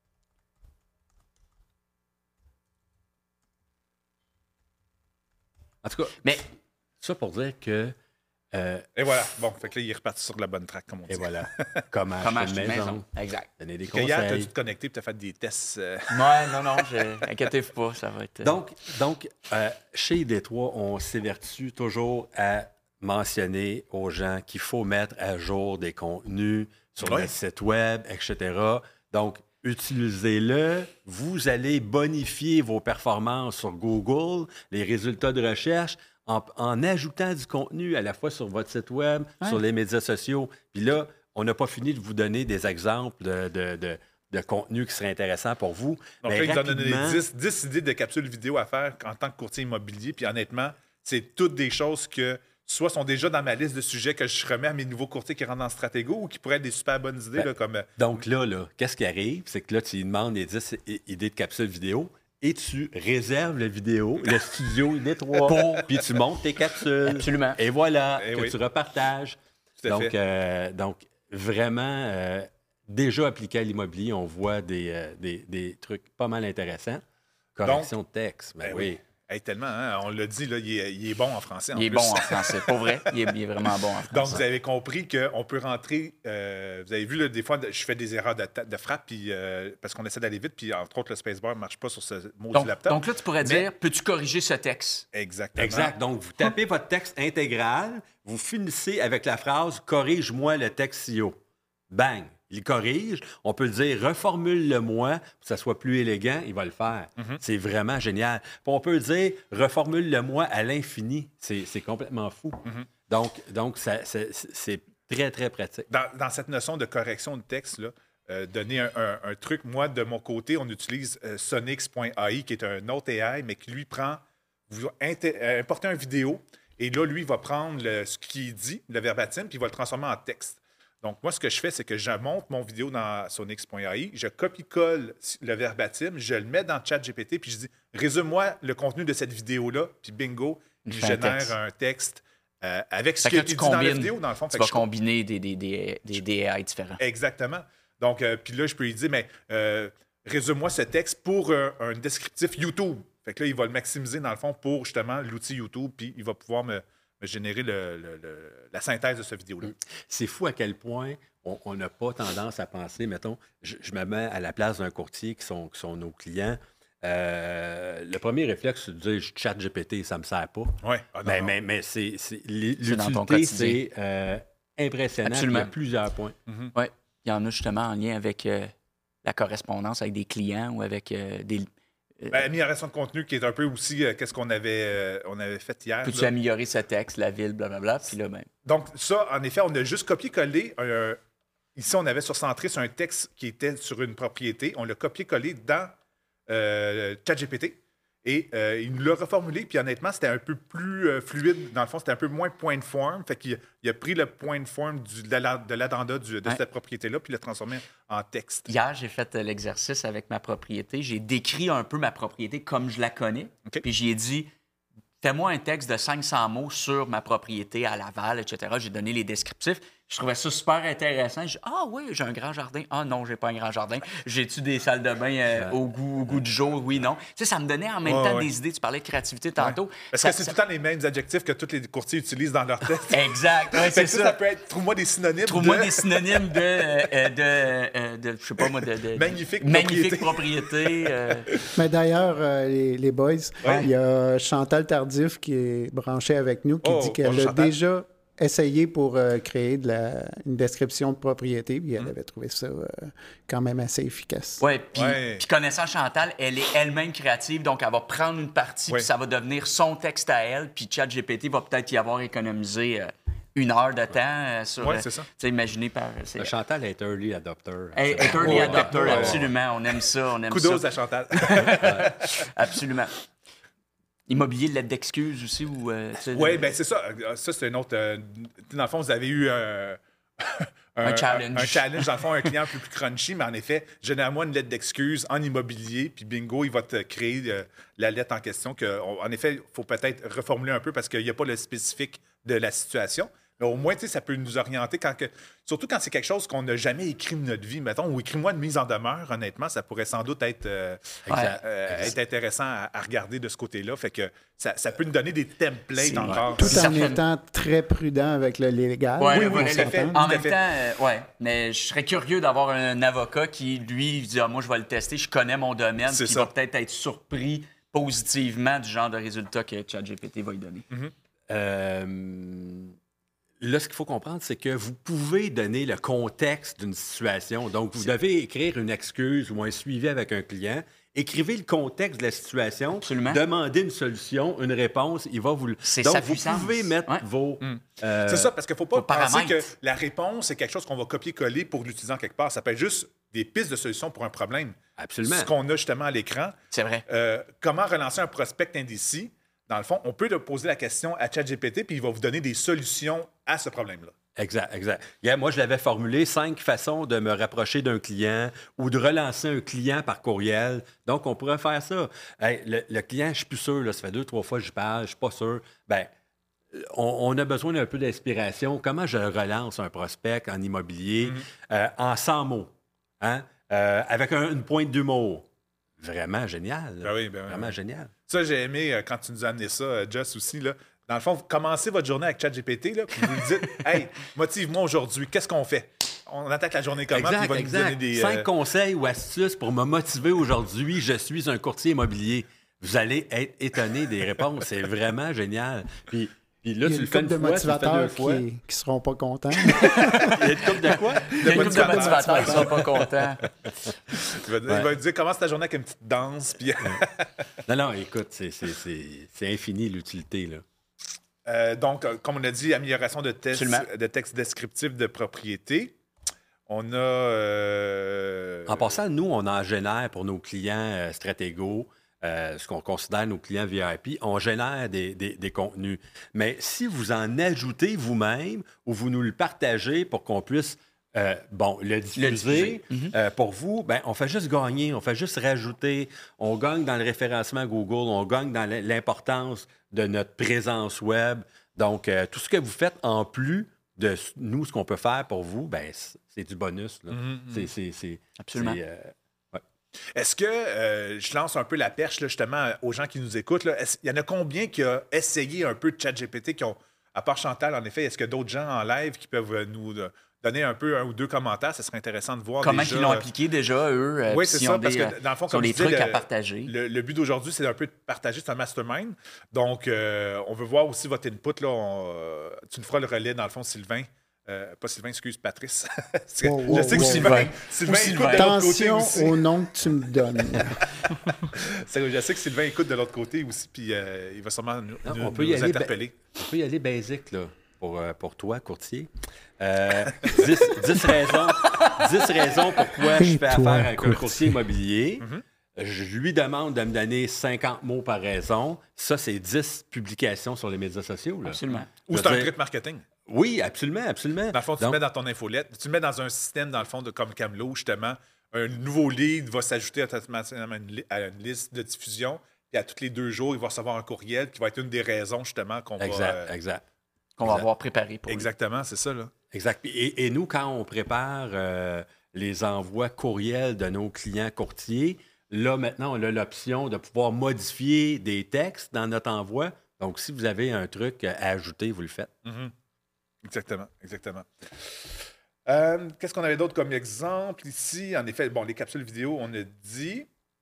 En tout cas, Mais ça pour dire que. euh, Et voilà. Bon, fait que là, il est reparti sur la bonne track, comme on dit. et voilà. Comment, comment acheter acheter une une maison. maison? Exact. Donner des Que hier, t'as conseils. dû te connecter et t'as fait des tests. euh, Ouais, non, non, je... inquiétez-vous pas, ça va être... euh, Donc, donc euh, chez Détroit, on s'évertue toujours à mentionner aux gens qu'il faut mettre à jour des contenus sur Oui. le site web, et cetera. Donc, utilisez-le. Vous allez bonifier vos performances sur Google, les résultats de recherche, en, en ajoutant du contenu à la fois sur votre site web, Ouais. sur les médias sociaux. Puis là, on n'a pas fini de vous donner des exemples de, de, de, de contenu qui serait intéressant pour vous. Donc Mais là, il nous a donné rapidement- dix, dix idées de capsules vidéo à faire en tant que courtier immobilier. Puis honnêtement, c'est toutes des choses que soit sont déjà dans ma liste de sujets que je remets à mes nouveaux courtiers qui rentrent dans Stratego ou qui pourraient être des super bonnes idées, Ben, là, comme... euh, Donc là, là qu'est-ce qui arrive? C'est que là, tu lui demandes les dix i- idées de capsules vidéo et tu réserves la vidéo, le studio nettoie, puis tu montes tes capsules. Absolument. Et voilà, Eh que oui. tu repartages. Tout à Donc, fait. euh, donc, vraiment, euh, déjà appliqué à l'immobilier, on voit des, euh, des, des trucs pas mal intéressants. Correction de texte, ben, Ben oui. oui. Hey, tellement, hein? On l'a dit, là, il, est, il est bon en français. En Il est plus. bon en français. Pour vrai, il est, il est vraiment bon en français. Donc, vous avez compris qu'on peut rentrer. Euh, vous avez vu, là, des fois, je fais des erreurs de, ta- de frappe puis, euh, parce qu'on essaie d'aller vite, puis entre autres, le spacebar ne marche pas sur ce maudit donc, laptop. donc là, tu pourrais Mais- dire, peux-tu corriger ce texte? Exactement. Exact. Donc, vous tapez votre texte intégral, vous finissez avec la phrase « Corrige-moi le texte C I O ». Bang! Il corrige. On peut le dire « Reformule-le-moi » pour que ça soit plus élégant. Il va le faire. Mm-hmm. C'est vraiment génial. Puis on peut dire « Reformule-le-moi à l'infini ». C'est c'est complètement fou. Mm-hmm. Donc, donc ça- c'est c'est très, très pratique. Dans, dans cette notion de correction de texte, là, euh, donner un, un- un truc, moi, de mon côté, on utilise euh, sonix point a i, qui est un autre A I, mais qui lui prend, vous inté- euh, importez une vidéo, et là, lui, il va prendre le- ce qu'il dit, le verbatim, puis il va le transformer en texte. Donc, moi, ce que je fais, c'est que je monte mon vidéo dans sonix point a i, je copie-colle le verbatim, je le mets dans ChatGPT, puis je dis « Résume-moi le contenu de cette vidéo-là », puis bingo, il Il fait un génère texte. un texte euh, avec ce Fait qui que a là, été tu dit dans la combines, vidéo, dans le fond. tu Fait vas que je- combiner des, des, des, des, des A I différents. Exactement. Donc, euh, puis là, je peux lui dire, mais euh, résume-moi ce texte pour un, un descriptif YouTube. Fait que là, il va le maximiser, dans le fond, pour justement l'outil YouTube, puis il va pouvoir me, me générer le- le- le- la synthèse de cette vidéo-là. C'est fou à quel point on- on n'a pas tendance à penser, mettons, je, je me mets à la place d'un courtier qui sont, qui sont nos clients. Euh, le premier réflexe, c'est de dire je chatte G P T, ça ne me sert pas. Ouais. Ah, non, mais, non. mais, mais c'est, c'est- l'u- C'est dans ton l'utilité, quotidien. c'est euh, impressionnant. Absolument. Il y a plusieurs points. Oui. Il y en a justement en lien avec euh, la correspondance avec des clients ou avec euh, des. euh, Ben, amélioration de contenu qui est un peu aussi euh, qu'est-ce qu'on avait, euh, on avait fait hier. Peux-tu là. améliorer ce texte, la ville, blablabla? Puis là, ben, Donc, ça, en effet, on a juste copié-collé. un- ici, on avait sur Centris un texte qui était sur une propriété. On l'a copié-collé dans euh, ChatGPT. Et euh, il nous l'a reformulé. Puis honnêtement, c'était un peu plus euh, fluide. Dans le fond, c'était un peu moins point de forme. Fait qu'il il a pris le point de forme du, de la- de l'addenda du- de Ouais. cette propriété-là, puis l'a transformé en texte. hier, j'ai fait euh, l'exercice avec ma propriété. J'ai décrit un peu ma propriété comme je la connais. OK. Puis j'y ai dit, fais-moi un texte de cinq cents mots sur ma propriété à Laval, et cetera. J'ai donné les descriptifs. Je trouvais ça super intéressant. J'ai dit, ah oui, j'ai un grand jardin. Ah non, j'ai pas un grand jardin. J'ai-tu des salles de bain euh, au, goût, au goût du jour? Oui, non. Tu sais, ça me donnait en même Ouais, temps ouais. des idées. Tu parlais de créativité tantôt. Parce Ça- que c'est ça- tout le temps les mêmes adjectifs que tous les courtiers utilisent dans leur texte. Exact. Ouais, Fait c'est que ça, ça. ça peut être, trouve-moi des synonymes. Trouve-moi de- des synonymes de, euh, euh, de, euh, de, je sais pas moi, de, de- Magnifique magnifique propriété. euh. Mais d'ailleurs, euh, les, les boys, Ouais. il y a Chantal Tardif qui est branchée avec nous qui Oh, dit qu'elle bonjour, a Chantal. déjà essayé pour euh, créer de la, une description de propriété, puis elle Mm. avait trouvé ça euh, quand même assez efficace. Ouais, puis Ouais. puis connaissant Chantal, elle est elle-même créative, donc elle va prendre une partie, Ouais. puis ça va devenir son texte à elle, puis ChatGPT va peut-être y avoir économisé euh, une heure de temps euh, sur. Ouais, euh, c'est ça. tu sais, imaginé par. c'est- Le Chantal est early adopter. Hey, C'est- early Ouais, adopter, ouais, ouais. absolument. On aime ça, on aime Kudos ça. à Chantal. Absolument. Immobilier, lettre d'excuse aussi, ou. euh, tu sais, Oui, le- bien c'est ça. Ça, c'est une autre. euh, dans le fond, vous avez eu un, Un challenge. Un, challenge, dans le fond, un client un peu plus crunchy, mais en effet, généralement une lettre d'excuse en immobilier, puis bingo, il va te créer euh, la lettre en question. Que, on- en effet, il faut peut-être reformuler un peu parce qu'il n'y a pas le spécifique de la situation. Mais au moins, tu sais, ça peut nous orienter quand que, surtout quand c'est quelque chose qu'on n'a jamais écrit de notre vie, mettons, ou écris-moi une mise en demeure, honnêtement, ça pourrait sans doute être, euh, Ouais. euh, être intéressant à, à regarder de ce côté-là. Fait que ça, ça peut nous donner des templates C'est- encore. Tout en Certaines- étant très prudent avec le légal. Ouais, Oui, le oui, volet tout à légal. fait. En Tout à même fait. temps, euh, ouais. Mais je serais curieux d'avoir un avocat qui, lui, dit ah, moi, je vais le tester, je connais mon domaine, C'est puis il ça. va peut-être être surpris positivement du genre de résultat que ChatGPT va lui donner. Euh, là, ce qu'il faut comprendre, c'est que vous pouvez donner le contexte d'une situation. Donc, vous devez écrire une excuse ou un suivi avec un client. Écrivez le contexte de la situation. Absolument. Demandez une solution, une réponse. Il va vous le. C'est Donc, sa vous puissance. pouvez mettre Ouais. vos. euh, C'est ça, parce qu'il ne faut pas Vos penser que paramètres. la réponse, c'est quelque chose qu'on va copier-coller pour l'utiliser en quelque part. Ça peut être juste des pistes de solutions pour un problème. Absolument. Ce qu'on a justement à l'écran. C'est vrai. Euh, comment relancer un prospect indécis? Dans le fond, on peut le poser la question à ChatGPT, puis il va vous donner des solutions à ce problème-là. Exact, exact. Yeah, moi, je l'avais formulé, cinq façons de me rapprocher d'un client ou de relancer un client par courriel. Donc, on pourrait faire ça. Hey, le, le client, je suis plus sûr, là, ça fait deux, trois fois que je parle, je suis pas sûr. Bien, on, on a besoin d'un peu d'inspiration. Comment je relance un prospect en immobilier mm-hmm. euh, en cent mots, hein? euh, avec un, une pointe d'humour? Vraiment génial. Ben oui, ben oui, Vraiment oui. génial. Ça, j'ai aimé euh, quand tu nous as amené ça, euh, Just aussi, là. Dans le fond, vous commencez votre journée avec ChatGPT, là, puis vous lui dites « Hey, motive-moi aujourd'hui, qu'est-ce qu'on fait? » On attaque la journée comment, exact, puis il va exact. nous donner des... Cinq euh... conseils ou astuces pour me motiver aujourd'hui. Je suis un courtier immobilier. Vous allez être étonné des réponses. C'est vraiment génial. Puis, puis là, il y a tu une le fais couple une de fois, tu le fais deux motivateurs fois. qui ne seront pas contents. Il y a une couple de quoi? Il y a une couple de motivateurs qui ne sont pas contents. Il va, ouais. il va dire commence ta journée avec une petite danse. Puis... non, non, écoute, c'est, c'est, c'est, c'est infini l'utilité, là. Euh, donc, comme on a dit, amélioration de, test, de texte descriptif de propriété. On a... Euh... En passant, nous, on en génère pour nos clients euh, stratégos, euh, ce qu'on considère nos clients V I P, on génère des, des, des contenus. Mais si vous en ajoutez vous-même ou vous nous le partagez pour qu'on puisse euh, bon, le diffuser, le diffuser. Mm-hmm. euh, pour vous, ben, on fait juste gagner, on fait juste rajouter. On gagne dans le référencement Google, on gagne dans l'importance de notre présence web. Donc, euh, tout ce que vous faites en plus de nous, ce qu'on peut faire pour vous, ben, c'est du bonus. Là. Mm-hmm. C'est, c'est, c'est, Absolument. C'est, euh, ouais. Est-ce que, euh, je lance un peu la perche là, justement aux gens qui nous écoutent, là, il y en a combien qui ont essayé un peu de ChatGPT, qui ont, à part Chantal, en effet, est-ce qu'il y a d'autres gens en live qui peuvent nous donner un peu un ou deux commentaires? Ça serait intéressant de voir comment déjà, ils l'ont appliqué déjà, eux. Oui, c'est ça, parce que dans le fond, comme des je disais, trucs le, à partager. Le, le but d'aujourd'hui, c'est un peu de partager, c'est un mastermind. Donc, euh, on veut voir aussi votre input. Là, on, euh, tu nous feras le relais, dans le fond, Sylvain. Euh, pas Sylvain, excuse, Patrice. Oh, oh, je sais que oh, Sylvain, Sylvain, Sylvain écoute de l'autre côté aussi. Attention au nom que tu me donnes. Je sais que Sylvain écoute de l'autre côté aussi, puis euh, il va sûrement nous, non, nous, on peut nous y aller interpeller. Ba- on peut y aller basique, là, pour, euh, pour toi, courtier. Euh, dix, dix, raisons, dix raisons pourquoi je fais affaire avec un courtier immobilier. Mm-hmm. Je lui demande de me donner cinquante mots par raison. Ça, c'est dix publications sur les médias sociaux. Là. Absolument. Ou c'est un trip marketing. Oui, absolument, absolument. Dans le fond, tu Donc, le mets dans ton infolette. Tu le mets dans un système, dans le fond, de, comme Camelot, justement. Un nouveau lead va s'ajouter automatiquement à une, à une liste de diffusion. Puis à tous les deux jours, il va recevoir un courriel qui va être une des raisons, justement, qu'on exact, va... Euh, exact. Qu'on exact. va avoir préparé pour Exactement, lui. C'est ça, là. Exact. Et, et nous, quand on prépare euh, les envois courriels de nos clients courtiers, là, maintenant, on a l'option de pouvoir modifier des textes dans notre envoi. Donc, si vous avez un truc à ajouter, vous le faites. Mm-hmm. Exactement, exactement. Euh, qu'est-ce qu'on avait d'autre comme exemple ici? En effet, bon, les capsules vidéo, on a dit...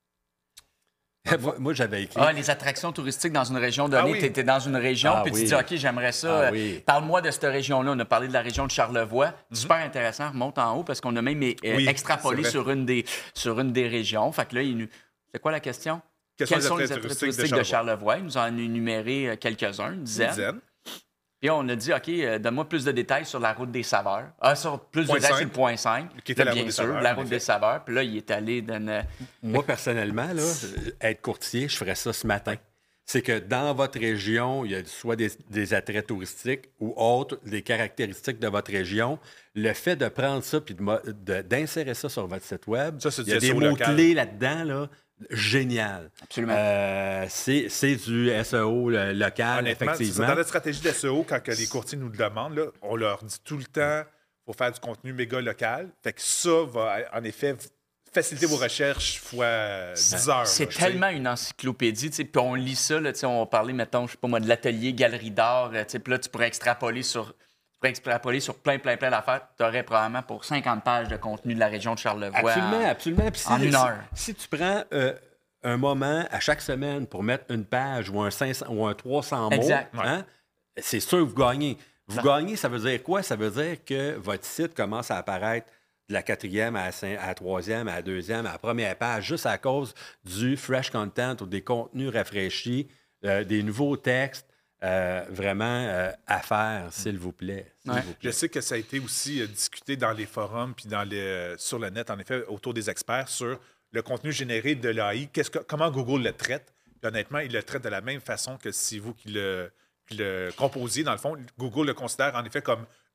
moi, moi, j'avais écrit... Ah, les attractions touristiques dans une région donnée. Ah oui. Tu étais dans une région, Ah puis oui. tu dis, OK, j'aimerais ça. Ah euh, oui. Parle-moi de cette région-là. On a parlé de la région de Charlevoix. Mm-hmm. Super intéressant. Remonte en haut parce qu'on a même euh, oui, extrapolé sur une, des, sur une des régions. Fait que là, il nous... c'est quoi la question? Quels, Quels sont les attraits attraits touristiques de Charlevoix? Ils nous en ont énuméré euh, quelques-uns, une dizaine. Une dizaine. Puis on a dit, OK, euh, donne-moi plus de détails sur la route des saveurs. Ah, sur plus de Point détails cinq. sur le point cinq. Qui était Là, la bien route des sûr, saveurs, la en route effet. des saveurs. Puis là, il est allé dans... Moi, personnellement, là, être courtier, je ferais ça ce matin. C'est que dans votre région, il y a soit des, des attraits touristiques ou autres, des caractéristiques de votre région. Le fait de prendre ça puis de, de, d'insérer ça sur votre site web, ça, c'est il y a du des S E O mots-clés là-dedans, là, génial. Absolument. Euh, c'est, c'est du S E O le, local, Honnêtement, c'est ça. effectivement. Dans notre stratégie de S E O, quand que les courtiers nous le demandent, là, on leur dit tout le temps qu'il faut faire du contenu méga local. Fait que ça va, en effet, faciliter vos recherches fois dix heures. C'est là, tellement une encyclopédie, tu sais, puis on lit ça, là, tu sais, on va parler, mettons, je sais pas moi, de l'atelier Galerie d'art, tu sais, puis là, tu pourrais extrapoler sur, tu pourrais extrapoler sur plein, plein, plein d'affaires. Tu aurais probablement pour cinquante pages de contenu de la région de Charlevoix. Absolument, absolument. Puis si, en une si- heure. Si, tu prends euh, un moment à chaque semaine pour mettre une page ou un, cinq cents, ou un trois cents mots, Exact. hein, c'est sûr que vous gagnez. Vous gagnez, ça veut dire quoi? Ça veut dire que votre site commence à apparaître de la quatrième à la, cinq, à la troisième, à la deuxième, à la première page, juste à cause du fresh content ou des contenus rafraîchis, euh, des nouveaux textes. Euh, vraiment euh, à faire, s'il vous plaît. S'il Ouais. vous plaît. Je sais que ça a été aussi euh, discuté dans les forums puis dans les, euh, sur le net, en effet, autour des experts, sur le contenu généré de l'A I. Qu'est-ce que, comment Google le traite? Puis honnêtement, il le traite de la même façon que si vous qui le, qui le composiez. Dans le fond, Google le considère en effet comme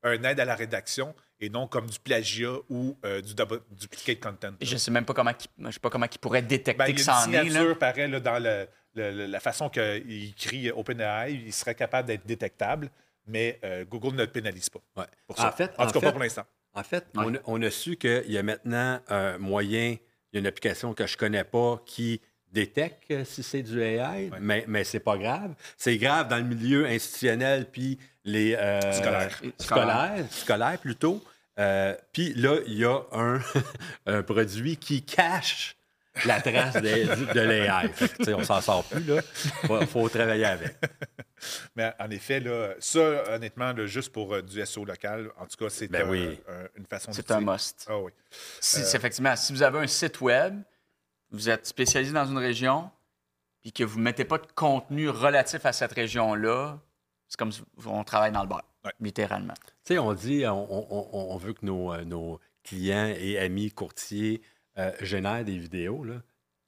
un aide à la rédaction et non comme du plagiat ou euh, du double- duplicate content. Je sais même pas comment il, je sais pas comment il pourrait détecter Ben, il que y a ça une en est. signature, Là. pareil, là, dans le, le- le- la façon qu'il écrit OpenAI, il serait capable d'être détectable, mais euh, Google ne le pénalise pas. Ouais. Pour ça. En fait, en en tout cas, fait- pas pour l'instant. En fait, Ouais. on, a, on a su qu'il y a maintenant un moyen, il y a une application que je ne connais pas qui détecte euh, si c'est du A I, Ouais. mais, mais c'est pas grave. C'est grave dans le milieu institutionnel puis les... euh, Scolaire. Scolaire, scolaire plutôt. Euh, puis là, il y a un, un produit qui cache la trace de, de l'A I. Fait que, tu sais, on s'en sort plus, là. Faut, faut travailler avec. Mais en effet, là, ça, honnêtement, là, juste pour euh, du S E O local, en tout cas, c'est Ben un- oui. un- une façon C'est d'utiliser. un must. Ah oui. Si, c'est effectivement, si vous avez un site web, vous êtes spécialisé dans une région, puis que vous ne mettez pas de contenu relatif à cette région-là, c'est comme si on travaille dans le bar, Ouais. littéralement. Tu sais, on dit, on, on- on- on veut que nos, euh, nos clients et amis courtiers euh, génèrent des vidéos, là.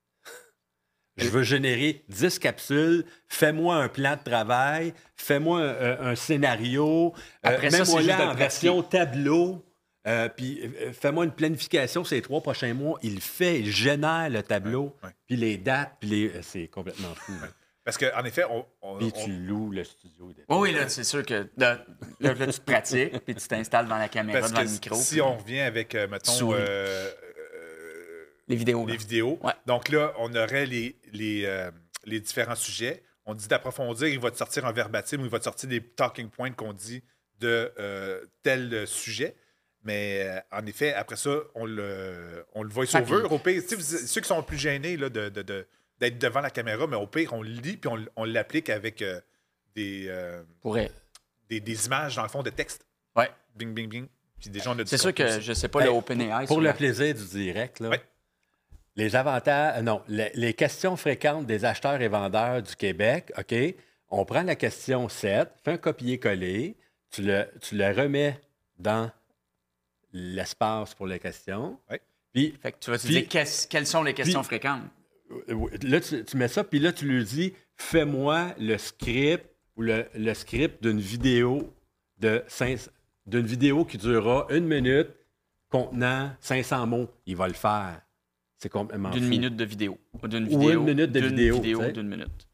Je veux générer dix capsules, fais-moi un plan de travail, fais-moi un, un- un scénario, euh, Après ça, mets-moi c'est juste de là le en version tableau, euh, puis euh, fais-moi une planification ces trois prochains mois. Il fait, il génère le tableau, Ouais, ouais. puis les dates, puis les... c'est complètement fou. là. Parce qu'en effet, on, on- Puis on- tu loues le studio. Oui, oui, là, c'est sûr que là, là, là, tu te pratiques, puis tu t'installes devant la caméra, parce devant que le micro. si puis on revient avec, euh, mettons, Souris. euh, euh, Les vidéos. les là. vidéos, Ouais. donc là, on aurait les, les, euh, les différents sujets. On dit d'approfondir, il va te sortir un verbatim ou il va te sortir des talking points qu'on dit de euh, tel sujet. Mais euh, en effet, après ça, on le, on le voice Ah, over. puis- Au pire, tu sais, vous- ceux qui sont plus gênés là, de, de- de- d'être devant la caméra, mais au pire, on le lit puis on, on l'applique avec euh, des, euh, Pourrait. des, des images, dans le fond, de texte. Ouais. Bing, bing, bing. Puis des gens de C'est sûr que, je sais pas, Hey, le OpenAI... Pour sur le la- plaisir du direct, là, Ouais. les avantages, euh, non, les, les questions fréquentes des acheteurs et vendeurs du Québec, OK, on prend la question sept, fais un copier-coller, tu le, tu le remets dans l'espace pour les questions. Ouais. Puis Fait que tu vas te Puis- dire qu'est-ce- quelles sont les questions puis- fréquentes. euh, là, tu, tu mets ça, puis là, tu lui dis, fais-moi le script ou le, le script d'une vidéo de cinq- d'une vidéo qui durera une minute contenant cinq cents mots. Il va le faire. C'est complètement D'une fou. minute de vidéo. Ou d'une Ou vidéo. une minute de d'une vidéo, vidéo tu sais. d'une minute.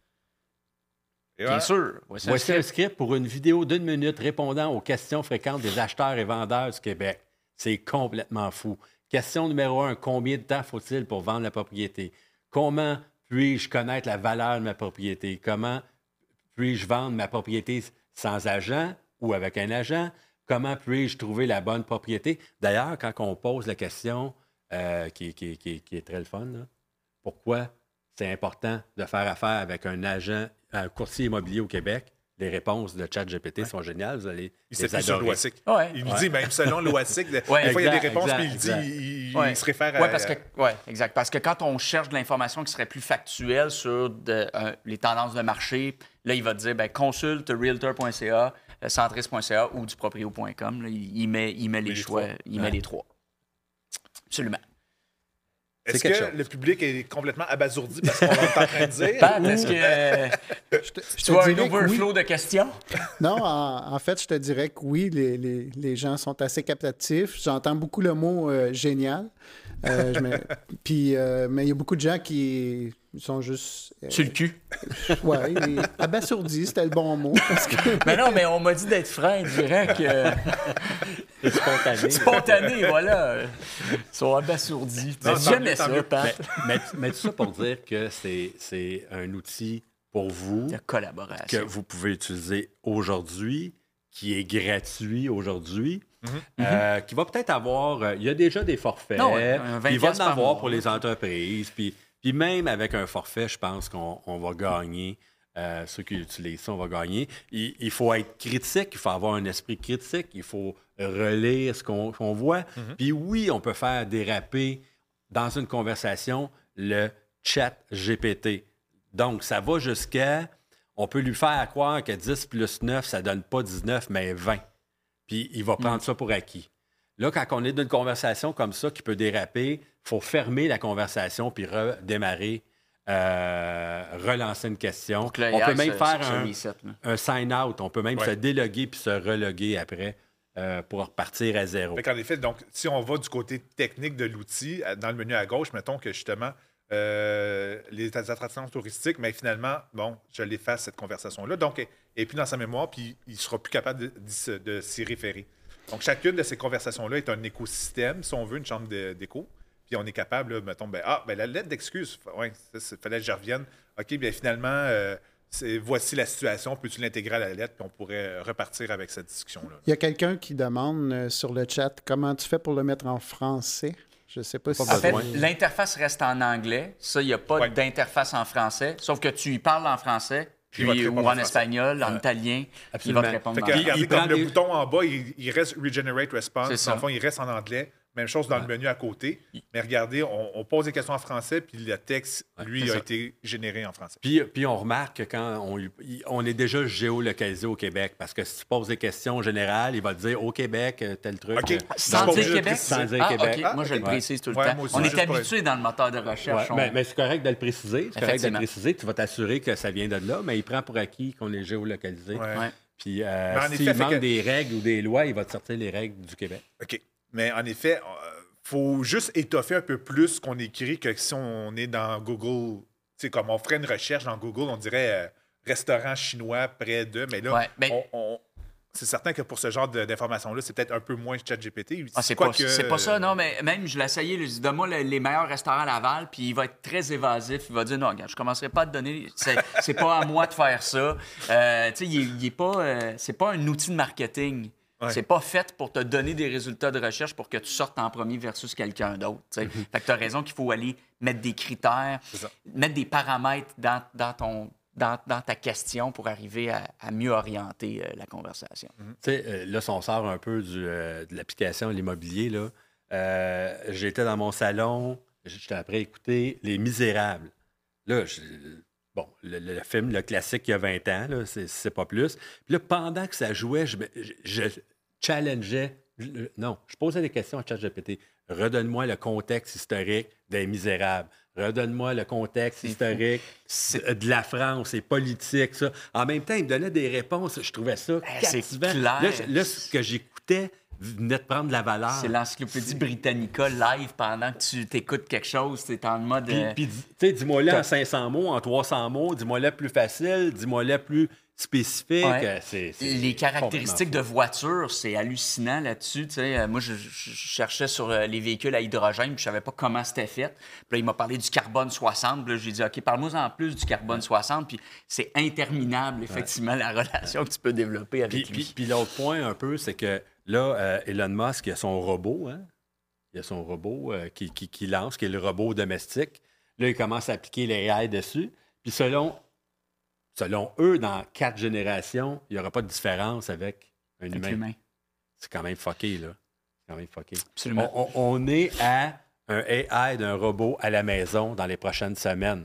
Et Bien voilà. sûr. Voici un Voici un script. script pour une vidéo d'une minute répondant aux questions fréquentes des acheteurs et vendeurs du Québec. C'est complètement fou. Question numéro un, combien de temps faut-il pour vendre la propriété? Comment puis-je connaître la valeur de ma propriété? Comment puis-je vendre ma propriété sans agent ou avec un agent? Comment puis-je trouver la bonne propriété? D'ailleurs, quand on pose la question, euh, qui, qui- qui- qui est très le fun, là, pourquoi c'est important de faire affaire avec un agent, un courtier immobilier au Québec? Les réponses de ChatGPT sont géniales. Vous allez Il les s'appuie sur adorer. l'O A S I C. Ouais. Il nous Ouais. dit, même selon l'O A S I C, des Ouais, fois, il y a des exact, réponses, exact, puis il dit, exact. il, il Ouais. se réfère à... Oui, parce que, ouais, exact. Parce que quand on cherche de l'information qui serait plus factuelle sur de, euh, les tendances de marché, là, il va te dire, ben, consulte realtor point c a, euh, centris point c a ou du proprio point com. Là, il, il met, il met les les choix, trois. il met Ouais. les trois. Absolument. Est-ce C'est quelque que chose. le public est complètement abasourdi parce qu'on est en train de dire? Pat, est-ce que euh, Je te, je tu as te un dirais que overflow oui. de questions? Non, en, en fait, je te dirais que oui, les, les- les gens sont assez captatifs. J'entends beaucoup le mot euh, génial. Euh, je me- Puis, euh, mais il y a beaucoup de gens qui sont juste. euh, Sur le cul. ouais, les- abasourdis, c'était le bon mot. Parce que, Mais non, mais on m'a dit d'être franc, direct. euh, C'est spontané. spontané, voilà. Ils sont abasourdis. Non, C'est tant jamais mieux, tant ça, mieux. Pat. mais, mais, mais tout ça pour dire que c'est, c'est un outil pour vous De que collaboration. vous pouvez utiliser aujourd'hui, qui est gratuit aujourd'hui, Mhm. euh, qui va peut-être avoir... euh, il y a déjà des forfaits, Non, ouais, un vingt puis il va en piastres par avoir mois. pour les entreprises, puis, puis même avec un forfait, je pense qu'on on va gagner. Euh, ceux qui utilisent ça, on va gagner. Il, il faut être critique, il faut avoir un esprit critique, il faut relire ce qu'on qu'on voit. Puis oui, on peut faire déraper dans une conversation le chat G P T. Donc, ça va jusqu'à... On peut lui faire croire que dix plus neuf, ça donne pas dix-neuf, mais vingt. Puis il va prendre ça pour acquis. Là, quand on est dans une conversation comme ça qui peut déraper, il faut fermer la conversation puis redémarrer, euh, relancer une question. Donc, là, On hier, peut même ce- faire ce un, reset, là. un sign-out. On peut même Ouais. se déloguer puis se reloguer après euh, pour repartir à zéro. En effet, donc, si on va du côté technique de l'outil, dans le menu à gauche, mettons que justement, euh, les attractions touristiques, mais finalement, bon, je l'efface cette conversation-là. Donc, et puis dans sa mémoire, puis il ne sera plus capable de, de, de s'y référer. Donc, chacune de ces conversations-là est un écosystème, si on veut, une chambre d'écho. Puis on est capable, là, mettons, ben, ah, ben la lettre d'excuse, ouais, il fallait que je revienne. OK, bien finalement, euh, voici la situation, peux-tu l'intégrer à la lettre, puis on pourrait repartir avec cette discussion-là. Il y a quelqu'un qui demande euh, sur le chat comment tu fais pour le mettre en français. Je ne sais pas si... En fait, l'interface reste en anglais. Ça, il n'y a pas ouais. d'interface en français, sauf que tu y parles en français. Puis, ou en, en espagnol, en ouais. italien, il va te répondre. Fait que, regardez, comme des... le bouton en bas, il, il reste Regenerate Response. Dans le fond, il reste en anglais. Même chose dans ouais. le menu à côté. Mais regardez, on, on pose des questions en français, puis le texte, lui, ouais, a ça. été généré en français. Puis, puis on remarque que quand on, on est déjà géolocalisé au Québec, parce que si tu poses des questions générales, il va te dire au Québec, tel truc. Okay. Sans dire Québec? Sans dire ah, Québec. Okay. Ah, moi, je le précise tout le ouais, temps. Aussi, on est habitué dans le moteur de recherche. Ouais, on... mais, mais c'est correct de le préciser. C'est correct de le préciser. Tu vas t'assurer que ça vient de là, mais il prend pour acquis qu'on est géolocalisé. Ouais. Ouais. Puis, euh, s'il manque que... des règles ou des lois, il va te sortir les règles du Québec. OK. Mais en effet... Il faut juste étoffer un peu plus ce qu'on écrit que si on est dans Google. Tu sais, comme on ferait une recherche dans Google, on dirait euh, restaurant chinois près de. Mais là, ouais, mais... On, on, c'est certain que pour ce genre d'informations-là, c'est peut-être un peu moins ChatGPT. Ah, c'est pas, que... pas ça, non, mais même je l'ai essayé, je dis donne-moi le, les meilleurs restaurants à Laval, puis il va être très évasif. Il va dire non, regarde, je commencerai pas à te donner. C'est, c'est pas à moi de faire ça. Euh, tu sais, il, il est pas. Euh, c'est pas un outil de marketing. Ouais. C'est pas fait pour te donner des résultats de recherche pour que tu sortes en premier versus quelqu'un d'autre. Mm-hmm. Fait que tu as raison qu'il faut aller mettre des critères, mettre des paramètres dans, dans, ton, dans, dans ta question pour arriver à, à mieux orienter euh, la conversation. Mm-hmm. Tu sais, euh, là, si on sort un peu du, euh, de l'application de l'immobilier, là, euh, j'étais dans mon salon, j'étais après à écouter Les Misérables. Là, je... Bon, le, le film, le classique, il y a vingt ans, là, c'est, c'est pas plus. Puis là, pendant que ça jouait, je, je, je challengeais. Je, non, je posais des questions à ChatGPT. Redonne-moi le contexte historique des Misérables. Redonne-moi le contexte c'est historique c'est... de la France et politique, ça. En même temps, il me donnait des réponses. Je trouvais ça eh, captivant. C'est clair. Là, là, ce que j'écoutais venait de prendre de la valeur. C'est l'Encyclopédie Britannica live pendant que tu t'écoutes quelque chose. Tu es en mode... Puis, puis tu sais, dis-moi-le en cinq cents mots, en trois cents mots. Dis-moi-le plus facile. Dis-moi-le plus spécifique. Ouais. C'est, c'est les caractéristiques de voiture, c'est hallucinant là-dessus. T'sais. Moi, je, je cherchais sur les véhicules à hydrogène, puis je savais pas comment c'était fait. Puis là, il m'a parlé du carbone soixante. Puis là, j'ai dit, OK, parle-moi en plus du carbone soixante. Puis c'est interminable, effectivement, ouais. la relation que tu peux développer avec puis, lui. Puis, puis l'autre point, un peu, c'est que là, euh, Elon Musk, il a son robot, hein? Il a son robot euh, qui, qui, qui lance, qui est le robot domestique. Là, il commence à appliquer les A I dessus. Puis selon... Selon eux, dans quatre générations, il n'y aura pas de différence avec un avec humain. L'humain. C'est quand même fucké, là. C'est quand même fucké. Absolument. On, on, on est à un A I d'un robot à la maison dans les prochaines semaines.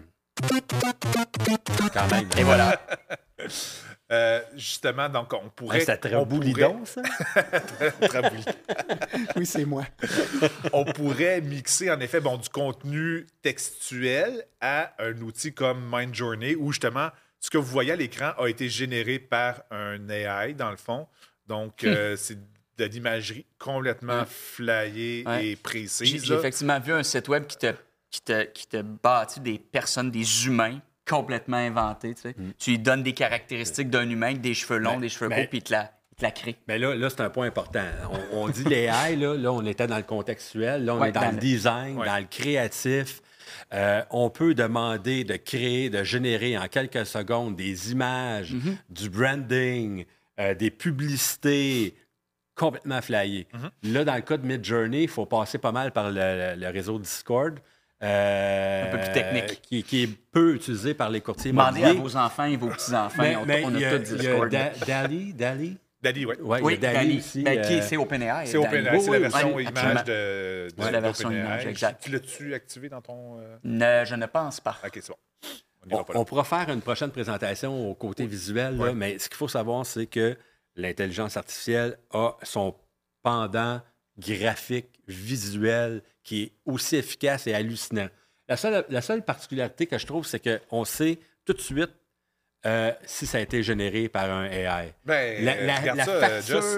Quand même. Et voilà. euh, justement, donc, on pourrait... Ah, c'est très boulidon, ça? Très boulidon. Oui, c'est moi. On pourrait mixer, en effet, bon, du contenu textuel à un outil comme Midjourney, où, justement, ce que vous voyez à l'écran a été généré par un A I, dans le fond. Donc, euh, c'est de l'imagerie complètement ouais. flyée ouais. et précise. J'ai, j'ai effectivement vu un site web qui te, qui te, qui te bâtit des personnes, des humains complètement inventés. Tu sais. Mm. Tu lui donnes des caractéristiques d'un humain avec des cheveux longs, mais, des cheveux courts, puis il te la, il te la crée. Mais là, là, c'est un point important. On, on dit l'A I, là, là, on était dans le contextuel, là, on ouais, est dans, dans le design, ouais. dans le créatif. Euh, on peut demander de créer, de générer en quelques secondes des images, mm-hmm. du branding, euh, des publicités complètement flyées. Mm-hmm. Là, dans le cas de Midjourney, il faut passer pas mal par le, le réseau Discord. Euh, un peu plus technique. Qui, qui est peu utilisé par les courtiers immobiliers. Demandez à vos enfants et vos petits-enfants. Mais, on, mais on a, a, a tout Discord. Il y a da, Dali, Dali. Dali, oui. Ouais, oui, Dali, Dali aussi. Ben, qui, euh... c'est OpenAI. C'est OpenAI, c'est la version oui, image de, de ouais, la version image, exact. Tu l'as-tu activé dans ton... Euh... Ne, je ne pense pas. OK, c'est bon. On, on, on pourra faire une prochaine présentation au côté oui. visuel, là, ouais. mais ce qu'il faut savoir, c'est que l'intelligence artificielle a son pendant graphique, visuel, qui est aussi efficace et hallucinant. La seule, la seule particularité que je trouve, c'est qu'on sait tout de suite euh, si ça a été généré par un A I. Ben, la, la, la ça, facture, Just...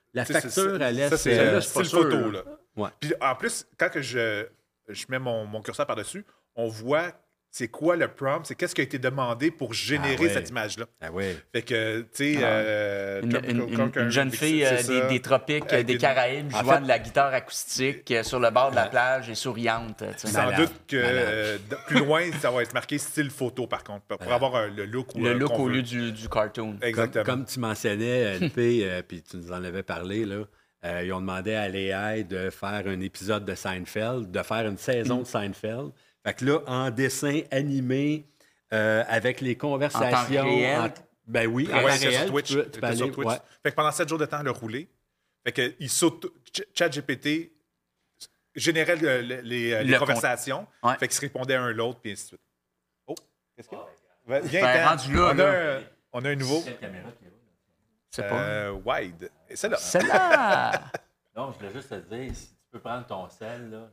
La Tu sais, facture, c'est- elle laisse... Ça, c'est euh, euh, je suis pas style sûr, photo, là. là. Ouais. Puis en plus, quand que je, je mets mon, mon curseur par-dessus, on voit c'est quoi le prompt, c'est qu'est-ce qui a été demandé pour générer Ah ouais. cette image-là. Ah oui. Fait que, tu sais... Ah. euh, Une, Tropical une- une- Conquer, une jeune c'est fille euh, ça. des, des tropiques, euh, Avec des une- Caraïbes, En jouant fait- de la guitare acoustique euh, sur le bord de la plage et souriante. tu sais. Sans Malade. doute que Malade. euh, de- plus loin, ça va être marqué style photo, par contre, pour pour avoir un- le look. ou, Le euh, look qu'on au veut. lieu du, du cartoon. Comme, Exactement. comme tu mentionnais, L P, euh, puis tu nous en avais parlé, là, euh, ils ont demandé à l'A I de faire un épisode de Seinfeld, de faire une saison de Seinfeld. Fait que là, en dessin animé, euh, avec les conversations... réel? en- ben oui, en Ouais, temps c'est réel. sur Twitch. tu peux- tu peux C'était sur aller- Twitch. ouais. Fait que pendant sept jours de temps, le roulé. Fait que il saute. Ch- ChatGPT générait le- le- les, euh, les Le conversations. Ouais. Fait qu'ils se répondaient un l'autre, puis ainsi de suite. Oh, qu'est-ce qu'il y a? Va- Viens, Ben, Tan. rendu là, on, a là. un, on a un nouveau. C'est pas. Euh, wide. Et celle-là. Celle-là! Non, je voulais juste te dire, si tu peux prendre ton sel, là...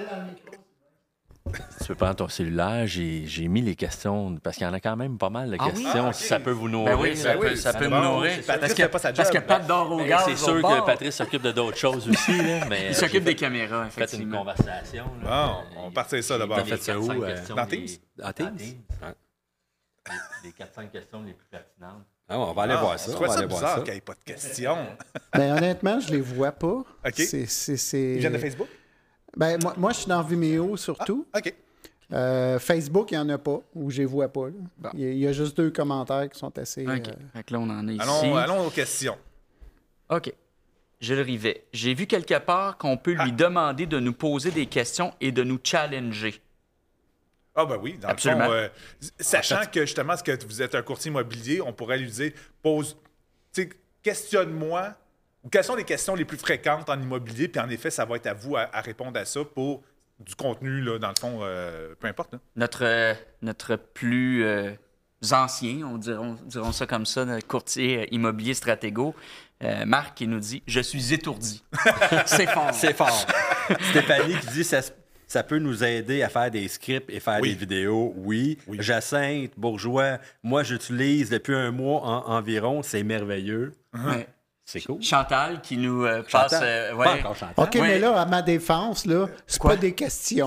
Si tu peux prendre ton cellulaire, j'ai j'ai mis les questions, parce qu'il y en a quand même pas mal de Ah oui? questions, Ah, ok. si ça peut vous nourrir. Ben oui, ça Ben peut, oui, ça c'est peut bon. nous nourrir. Patrice Parce fait que, pas sa parce job. que Pat dort au Ben, gaz. c'est sûr au que bord. Patrice s'occupe de d'autres choses aussi, là, mais... Il euh, s'occupe j'ai des caméras, fait une effectivement. conversation. Là, Bon, Euh, on partait ça d'abord. T'as fait ça où? euh, Dans Teams? En Teams? Ouais. Les, les quatre cinq questions les plus pertinentes. Ah, on va aller Ah, voir je ça. On trouvais va ça aller voir bizarre ça. qu'il n'y ait pas de questions. Ben, honnêtement, je les vois pas. OK. C'est, c'est, c'est... Ils viennent de Facebook? Ben, moi, moi, je suis dans Vimeo surtout. OK. Euh, Facebook, il n'y en a pas, ou je les vois pas. là. Bon. Il y a- il y a juste deux commentaires qui sont assez... OK. euh, Fait que là, on en est ici. Allons, allons aux questions. OK. Gilles Rivet. J'ai vu quelque part qu'on peut lui Ah. demander de nous poser des questions et de nous challenger. Ah ben oui, dans Absolument. le fond, euh, sachant que justement, ce que vous êtes un courtier immobilier, on pourrait lui dire, pose, tu sais, questionne-moi, ou quelles sont les questions les plus fréquentes en immobilier, puis en effet, ça va être à vous à, à répondre à ça pour du contenu, là, dans le fond, euh, peu importe. Là. Notre, euh, notre plus euh, ancien, on diront, dirons ça comme ça, notre courtier euh, immobilier stratégo, euh, Marc, qui nous dit « Je suis étourdi ». C'est fort. C'est fort. Stéphanie qui dit ça, ça peut nous aider à faire des scripts et faire Oui. des vidéos. Oui. Oui. Jacinthe, Bourgeois, moi j'utilise depuis un mois en- environ. C'est merveilleux. Ouais. C'est cool. Chantal qui nous euh, passe... Chantal. euh, Pas ouais. encore Chantal. OK, Ouais. mais là, à ma défense, là, c'est Quoi? pas des questions.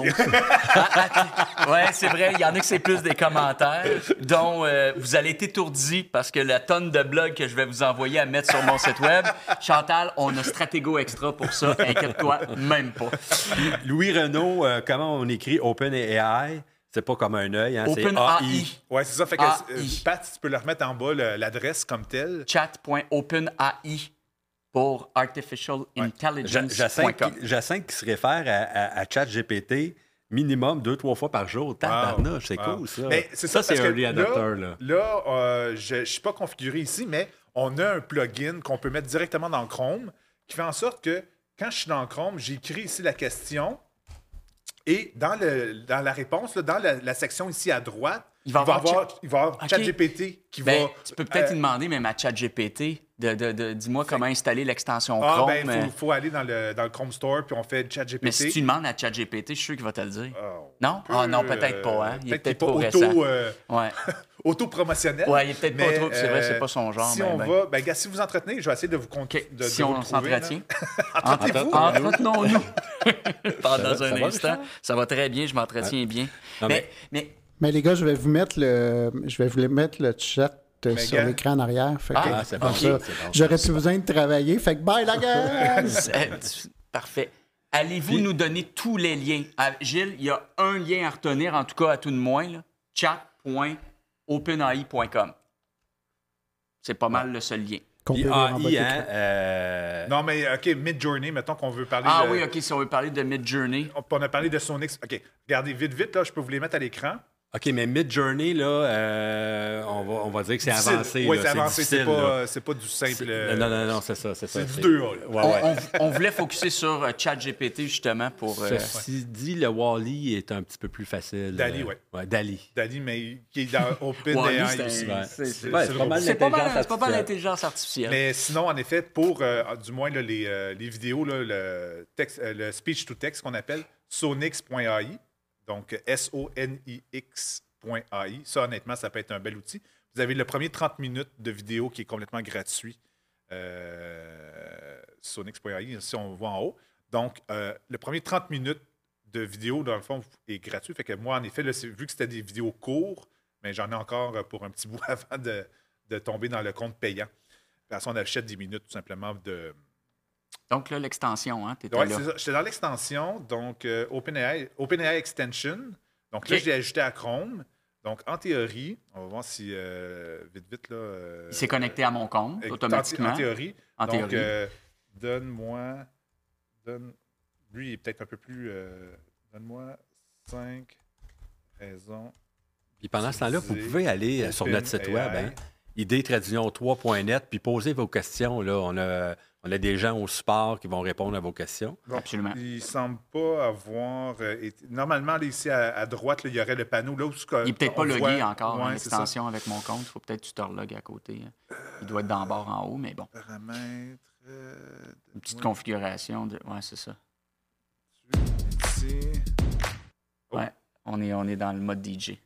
Ouais, c'est vrai, il y en a que c'est plus des commentaires, dont euh, vous allez être étourdi parce que la tonne de blogs que je vais vous envoyer à mettre sur mon site web, Chantal, on a Stratégo Extra pour ça, inquiète-toi, même pas. Louis Renaud, euh, comment on écrit OpenAI? C'est pas comme un œil, hein, c'est A I. OpenAI, Ouais, c'est ça. Fait que, A I. euh, Pat, tu peux leur remettre en bas le- l'adresse comme telle. chat.openai pour artificial Ja- intelligence point Jacinthe com. qui, Jacinthe qui se réfère à, à, à ChatGPT minimum deux, trois fois par jour. Tabarnouche, c'est Wow. cool, ça. Mais c'est ça, ça, c'est parce early que adopter, là. Là, euh, je ne suis pas configuré ici, mais on a un plugin qu'on peut mettre directement dans Chrome qui fait en sorte que quand je suis dans Chrome, j'écris ici la question et dans, le, dans la réponse, là, dans la, la section ici à droite, Il va avoir avoir, il va avoir Ok. ChatGPT qui Ben, va... tu peux peut-être euh, lui demander, même à ChatGPT, de, de, de, dis-moi comment installer l'extension Ah, Chrome. ben, il euh, faut, faut aller dans le, dans le Chrome Store, puis on fait ChatGPT. mais si tu demandes à ChatGPT, je suis sûr qu'il va te le dire. Oh, Non? peu, Ah non, peut-être pas. Hein? Il est peut-être peut-être qu'il trop est récent. auto, euh, Ouais. auto-promotionnel. Ouais, il est peut-être pas Mais, trop. C'est vrai, c'est euh, pas son genre. Si ben, on ben. va... Ben, gars, si vous entretenez, je vais essayer de vous compter. OK. De, si de vous on le trouver, là. s'entretient. Entretenez-vous. Entretenons-nous pendant va, ça un va, instant. Richard? Ça va très bien, je m'entretiens bien. Non, mais, mais Mais les gars, je vais vous mettre le, je vais vous mettre le chat euh, Mais sur gars. l'écran en arrière. Fait que, Ah, c'est comme bon. ça, C'est bon. j'aurais plus besoin de travailler. Fait que bye la gueule! c'est- parfait. Allez-vous nous donner tous les liens? Ah, Gilles, il y a un lien à retenir, en tout cas à tout de moins, là. chat point openai point com. C'est pas mal le seul lien. Qu'on peut Puis lire en bas de A I, hein, l'écran. euh, Non, mais OK, Mid-Journey, mettons qu'on veut parler Ah de... oui, OK, si on veut parler de Midjourney. On on a parlé de Sonix. OK, regardez, vite, vite, là, je peux vous les mettre à l'écran. OK, mais Mid-Journey, là, euh, on, va, on va dire que c'est Difficile. avancé. Oui, là, c'est avancé, c'est difficile, là. pas, c'est pas du simple... C'est- euh, Non, non, non, c'est ça, c'est ça. c'est du deux A, là. Ouais, On, ouais. on- on voulait focuser sur euh, ChatGPT, justement, pour... euh, Ceci dit, le Wall-E est un petit peu plus facile. Dali, euh, ouais. Ouais, Dali. Dali, mais qui est dans Wall-E, OpenAI c'est un- aussi. Ouais. c'est- C'est- Ouais, c'est c'est pas mal c'est pas mal, l'intelligence c'est pas mal artificielle. l'intelligence artificielle. Mais sinon, en effet, pour euh, du moins là, les, euh, les vidéos, là, le, texte, euh, le speech to text qu'on appelle sonix point A I, donc S O N I X point A I, ça honnêtement, ça peut être un bel outil. Vous avez le premier trente minutes de vidéo qui est complètement gratuit euh, sonix point a i, si on voit en haut. Donc, euh, le premier trente minutes de vidéo, dans le fond, est gratuit. Fait que moi, en effet, là, vu que c'était des vidéos courtes, mais j'en ai encore pour un petit bout avant de, de tomber dans le compte payant. De toute façon, on achète dix minutes, tout simplement, de... Donc, là, l'extension, hein, tu étais Oui, là. c'est ça. J'étais dans l'extension, donc euh, OpenAI, OpenAI Extension. Donc là, OK. je l'ai ajouté à Chrome. Donc, en théorie, on va voir si, euh, vite, vite, là... euh, Il s'est connecté à mon compte, euh, automatiquement. En théorie. En donc, théorie. euh, donne-moi... Donne, lui, il est peut-être un peu plus... euh, donne-moi cinq raisons... Puis pendant ce temps-là, vous Utiliser pouvez aller sur notre site web, OpenAI. hein, idée tradition trois point net, puis poser vos questions. Là. On, a, on a des gens au support qui vont répondre à vos questions. Bon, Absolument. il ne semble pas avoir... euh, été... Normalement, là, ici, à, à droite, là, il y aurait le panneau. Là, où ce que- Il n'est peut-être pas on logué voit- encore, hein, Ouais, c'est ça. l'extension avec mon compte. Il faut peut-être que tu te relogues à côté. hein. Il doit être dans le bord en haut, mais bon. Paramètres... euh, Une petite ouais, configuration. De... Ouais, c'est ça. ici. Oh. Ouais, on est, on est dans le mode D J.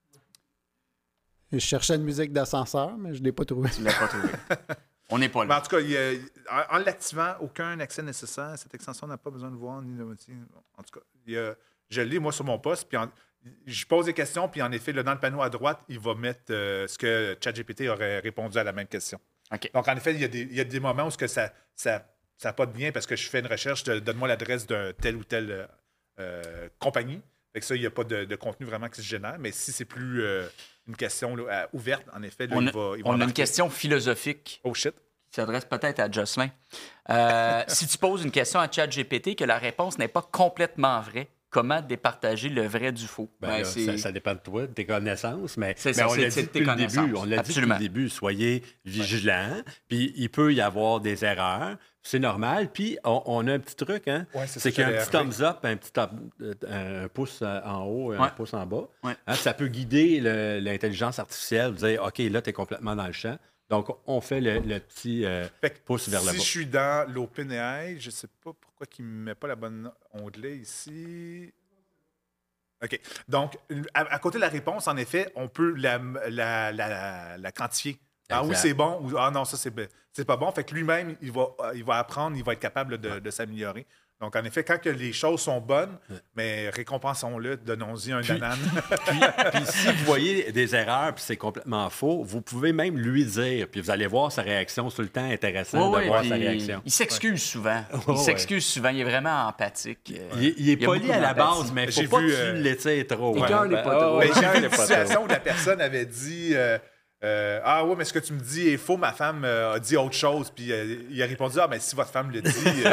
Je cherchais une musique d'ascenseur, mais je ne l'ai pas trouvée. Tu ne l'as pas trouvé. On n'est pas Mais là. en tout cas, il y a- en, en l'activant, aucun accès nécessaire. Cette extension n'a pas besoin de voir ni de moitié. Bon, en tout cas, il y a- je l'ai, moi, sur mon poste. Puis en- je pose des questions, puis en effet, là, dans le panneau à droite, il va mettre euh, ce que ChatGPT aurait répondu à la même question. OK. Donc, en effet, il y a des, il y a des moments où ce que ça ça, ça n'a pas de lien parce que je fais une recherche, de, donne-moi l'adresse d'un tel ou tel euh, euh, compagnie. Fait que ça, il n'y a pas de, de contenu vraiment qui se génère. Mais si c'est plus euh, une question là, à- ouverte, en effet, là, On il a, va, il va on a une embarquer. question philosophique Oh shit. qui s'adresse peut-être à Jocelyn. Euh, si tu poses une question à ChatGPT que la réponse n'est pas complètement vraie, comment départager le vrai du faux? Ben, Ben, là, c'est- ça, ça dépend de toi, de tes connaissances, mais, C'est mais ça, on c'est- l'a c'est dit de tes depuis le début. connaissances. On l'a dit depuis Absolument. le début. Soyez vigilants, puis il peut y avoir des erreurs. C'est normal. Puis on, on a un petit truc, hein? Ouais, c'est ça, c'est qu'il y a un j'allais petit arriver. thumbs up, un petit top- euh, un pouce euh, en haut et un Ouais. pouce en bas. Ouais. Hein, ça peut guider le- l'intelligence artificielle, dire OK, là, tu es complètement dans le champ. Donc, on fait le, le petit euh, Fait que pouce vers le si bas. je suis dans l'OpenAI, je ne sais pas pourquoi il ne me met pas la bonne onglet ici. OK. Donc, à, à côté de la réponse, en effet, on peut la, la, la, la quantifier. Ah oui, Exact. c'est bon, ou ah non, ça, c'est, c'est pas bon. Fait que lui-même, il va, il va apprendre, il va être capable de, de s'améliorer. Donc, en effet, quand que les choses sont bonnes, mais récompensons-le, donnons-y un Puis- banane. Puis, puis si vous voyez des erreurs puis c'est complètement faux, vous pouvez même lui dire, puis vous allez voir sa réaction sur le temps intéressant Ouais, de ouais, voir puis sa réaction. Il s'excuse souvent. Ouais, Il ouais. s'excuse souvent. Il est vraiment empathique. Euh, Il, il est Il y a poli beaucoup à la d'empathie. base, mais il J'ai faut pas vu, que euh, tu l'étires trop. Écœure-les Ouais. pas Ah, trop. ouais, Mais j'ai vu écœure-les une pas trop. situation où la personne avait dit euh, euh, ah ouais, mais ce que tu me dis est faux, ma femme euh, a dit autre chose. Puis euh, il a répondu ah, mais si votre femme le dit. euh,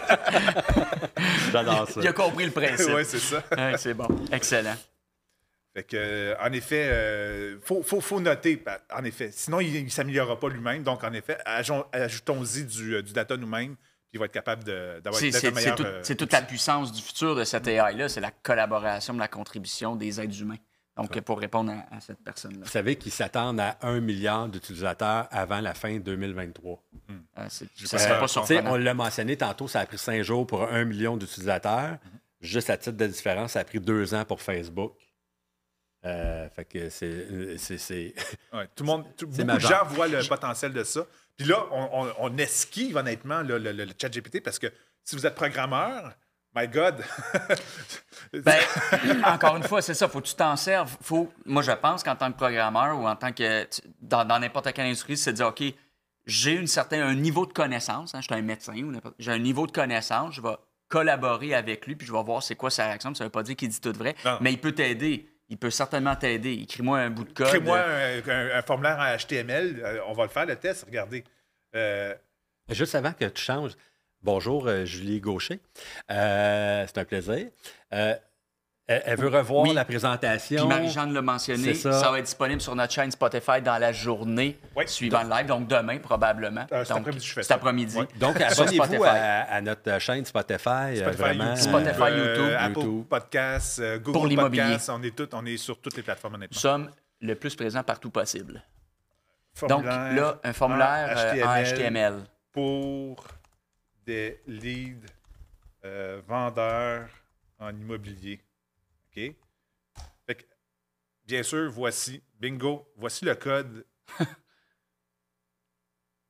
J'adore ça. Il a compris le principe. ouais, c'est ça. Ouais, c'est bon. Excellent. Fait que, euh, en effet, il faut, faut, faut noter, pa- en effet. Sinon, il ne s'améliorera pas lui-même. Donc, en effet, ajoutons- ajoutons-y du, euh, du data nous-mêmes, puis il va être capable de- d'avoir C'est d'être c'est- un c'est meilleur. tout- euh, c'est toute la puissance du futur de cette A I-là. C'est la collaboration, la contribution des êtres humains. Donc, pour répondre à, à cette personne-là. Vous savez qu'ils s'attendent à un milliard d'utilisateurs avant la fin deux mille vingt-trois. Euh, c'est- Je ça sais serait pas, pas Tu sais, surprenant. on l'a mentionné tantôt, ça a pris cinq jours pour un million d'utilisateurs. Juste à titre de différence, ça a pris deux ans pour Facebook. Euh, fait que c'est... c'est- c'est- Ouais, tout le monde, tout- C'est beaucoup de majeur. gens voient le potentiel de ça. Puis là, on, on- on esquive honnêtement le, le, le- le ChatGPT parce que si vous êtes programmeur, my God! Ben, encore une fois, c'est ça. Faut que tu t'en serves. Faut, moi, je pense qu'en tant que programmeur ou en tant que. tu- Dans, dans n'importe quelle industrie, c'est de dire OK, j'ai une certaine, un niveau de connaissance. Hein, je suis un médecin ou n'importe. J'ai un niveau de connaissance. Je vais collaborer avec lui puis je vais voir c'est quoi sa réaction. Ça ne veut pas dire qu'il dit tout vrai, Non. mais il peut t'aider. Il peut certainement t'aider. Écris-moi un bout de code. Crée-moi un, un- un formulaire en H T M L. euh, on va le faire, le test. Regardez. Euh, Juste avant que tu changes, bonjour euh, Julie Gaucher. Euh, c'est un plaisir. Euh, elle, elle veut revoir Oui. la présentation. Puis Marie-Jeanne l'a mentionné, C'est ça. ça. va être disponible sur notre chaîne Spotify dans la journée Oui. suivant le live, donc demain probablement. Euh, cet Donc, après-midi, je fais cet ça. après-midi. Ouais. Donc, Sur abonnez-vous Spotify. à, à notre chaîne Spotify. euh, Spotify, vraiment, YouTube, Spotify, euh, YouTube, Apple YouTube. Podcasts, euh, Google Pour l'immobilier. Podcasts. On est, tout, on est sur toutes les plateformes Nous honnêtement. sommes le plus présents partout possible. Donc Formulaire là, un formulaire en euh, en H T M L. pour des leads euh, vendeurs en immobilier. OK? Fait que, bien sûr, voici, bingo, voici le code.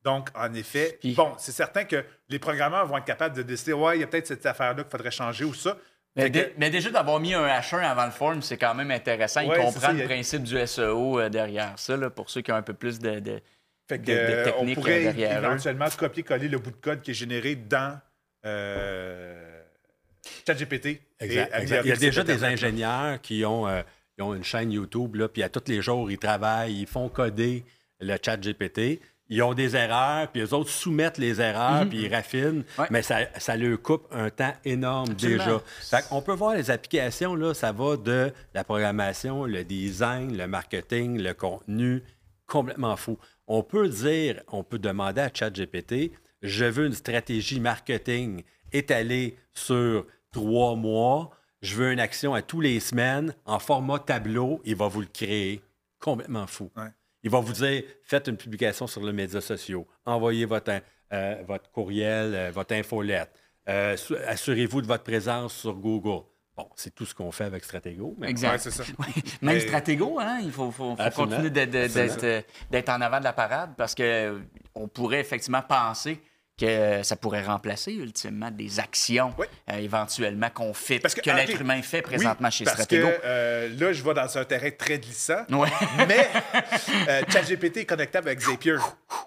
Donc, en effet, Puis- bon, c'est certain que les programmeurs vont être capables de décider, ouais, il y a peut-être cette affaire-là qu'il faudrait changer ou ça. Mais, Fait que- dé- mais déjà, d'avoir mis un H un avant le form, c'est quand même intéressant. Il Ouais, c'est comprend ça, le il y a- principe du S E O euh, derrière ça, là, pour ceux qui ont un peu plus de, de, Fait que, de- de euh, on technique pourrait euh, derrière eux. éventuellement copier-coller le bout de code qui est généré dans euh, ChatGPT. et Exact, améliorer exact. Il y a le déjà site des Internet. ingénieurs qui ont, euh, ils ont une chaîne YouTube, là, puis à tous les jours, ils travaillent, ils font coder le chat G P T. Ils ont des erreurs, puis eux autres soumettent les erreurs, puis ils raffinent, Ouais. mais ça, ça leur coupe un temps énorme Absolument. déjà. Fait qu'on peut voir les applications, là, ça va de la programmation, le design, le marketing, le contenu, complètement fou. On peut dire, on peut demander à ChatGPT, je veux une stratégie marketing étalée sur trois mois, je veux une action à tous les semaines en format tableau, il va vous le créer. Complètement fou. Ouais. Il va vous dire, faites une publication sur les médias sociaux, envoyez votre, euh, votre courriel, euh, votre infolette, euh, su- assurez-vous de votre présence sur Google. Bon, c'est tout ce qu'on fait avec Stratego. Mais Exact. Ouais, c'est ça. Même Mais- Stratego, hein, il faut, faut- faut Absolument. continuer de- de- Absolument. d'être euh, d'être en avant de la parade parce qu'on pourrait effectivement penser que ça pourrait remplacer ultimement des actions Oui. euh, éventuellement qu'on fait, Parce que, que, l'être ok, humain fait présentement oui, chez parce Stratego. que euh, là, je vais dans un terrain très glissant, Ouais. mais euh, ChatGPT est connectable avec Zapier.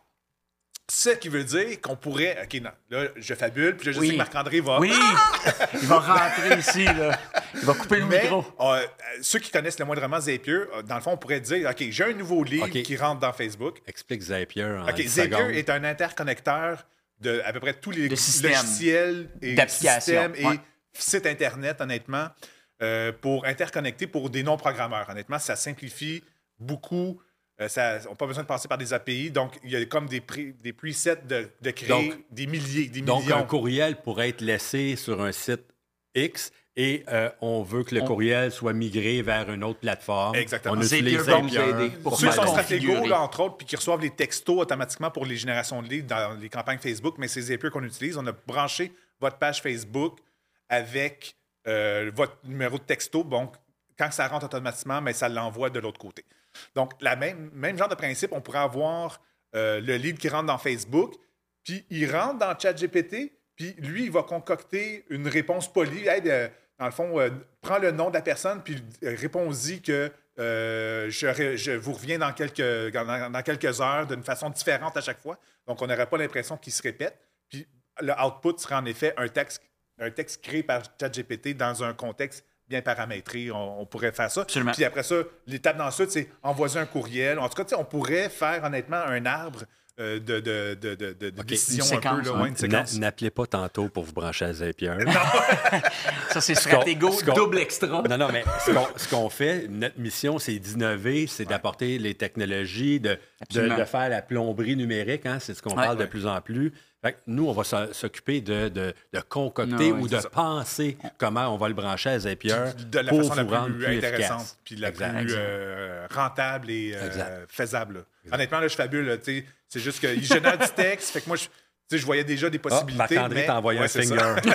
Ce qui veut dire qu'on pourrait... OK, non, là, je fabule, puis là, je Oui. sais que Marc-André va... Oui, il va rentrer ici, là. Il va couper le Mais micro. euh, ceux qui connaissent le moindrement Zapier, euh, dans le fond, on pourrait dire, OK, j'ai un nouveau livre OK. qui rentre dans Facebook. explique Zapier en OK, dix Zapier secondes. est un interconnecteur de à peu près tous les De systèmes. logiciels et D'applications, systèmes et ouais. sites Internet, honnêtement, euh, pour interconnecter pour des non-programmeurs. Honnêtement, ça simplifie beaucoup. Euh, ça, on n'a pas besoin de passer par des A P I. Donc, il y a comme des, pré- des presets de, de créer Donc- des milliers, des Donc, millions. un courriel pourrait être laissé sur un site X et euh, on veut que le courriel soit migré vers une autre plateforme. Exactement. On Zapier utilise va nous Zapier aider pour Ceux qui mal sont configurer. Stratego, là, entre autres, puis qui reçoivent les textos automatiquement pour les générations de leads dans les campagnes Facebook, mais c'est Zapier qu'on utilise. On a branché votre page Facebook avec euh, votre numéro de texto. Donc, quand ça rentre automatiquement, mais ça l'envoie de l'autre côté. Donc, la même, même genre de principe, on pourrait avoir euh, le lead qui rentre dans Facebook, puis il rentre dans ChatGPT, puis lui, il va concocter une réponse polie. Hey, euh, dans le fond, euh, prends le nom de la personne, puis euh, réponds-y que euh, je, ré- je vous reviens dans quelques, dans, dans quelques heures d'une façon différente à chaque fois. Donc, on n'aurait pas l'impression qu'il se répète. Puis le output serait en effet un texte, un texte créé par ChatGPT dans un contexte bien paramétré. On, on pourrait faire ça. Absolument. Puis après ça, l'étape d'ensuite, c'est envoyer un courriel. En tout cas, tu sais, on pourrait faire honnêtement un arbre euh, de, de, de, de, de, de OK. décision Une un peu. séquence, Là, hein. ouais, une Na- séquence. N'appelez pas tantôt pour vous brancher à Zapier. Ça, c'est qu'on- Stratego, ce qu'on- double extra. Non, non, mais ce qu'on, ce qu'on fait, notre mission, c'est d'innover, c'est d'apporter les technologies, de, de, Absolument. de faire la plomberie numérique. Hein, c'est ce qu'on Ouais. parle de Ouais. plus en plus. Fait que nous, on va s'o- s'occuper de, de, de concocter Non, oui, ou c'est de ça. penser comment on va le brancher à Zapier De la pour façon la vous rendre plus, plus intéressante, efficace. puis la Exact. plus euh, rentable et euh, Exact. faisable. là. Honnêtement, là, je fabule. là, tu sais, c'est juste qu'il génère du texte. Fait que moi, je, tu sais, je voyais déjà des Ah, possibilités. Marc-André mais... t'a envoyé Ouais, un c'est ça. finger.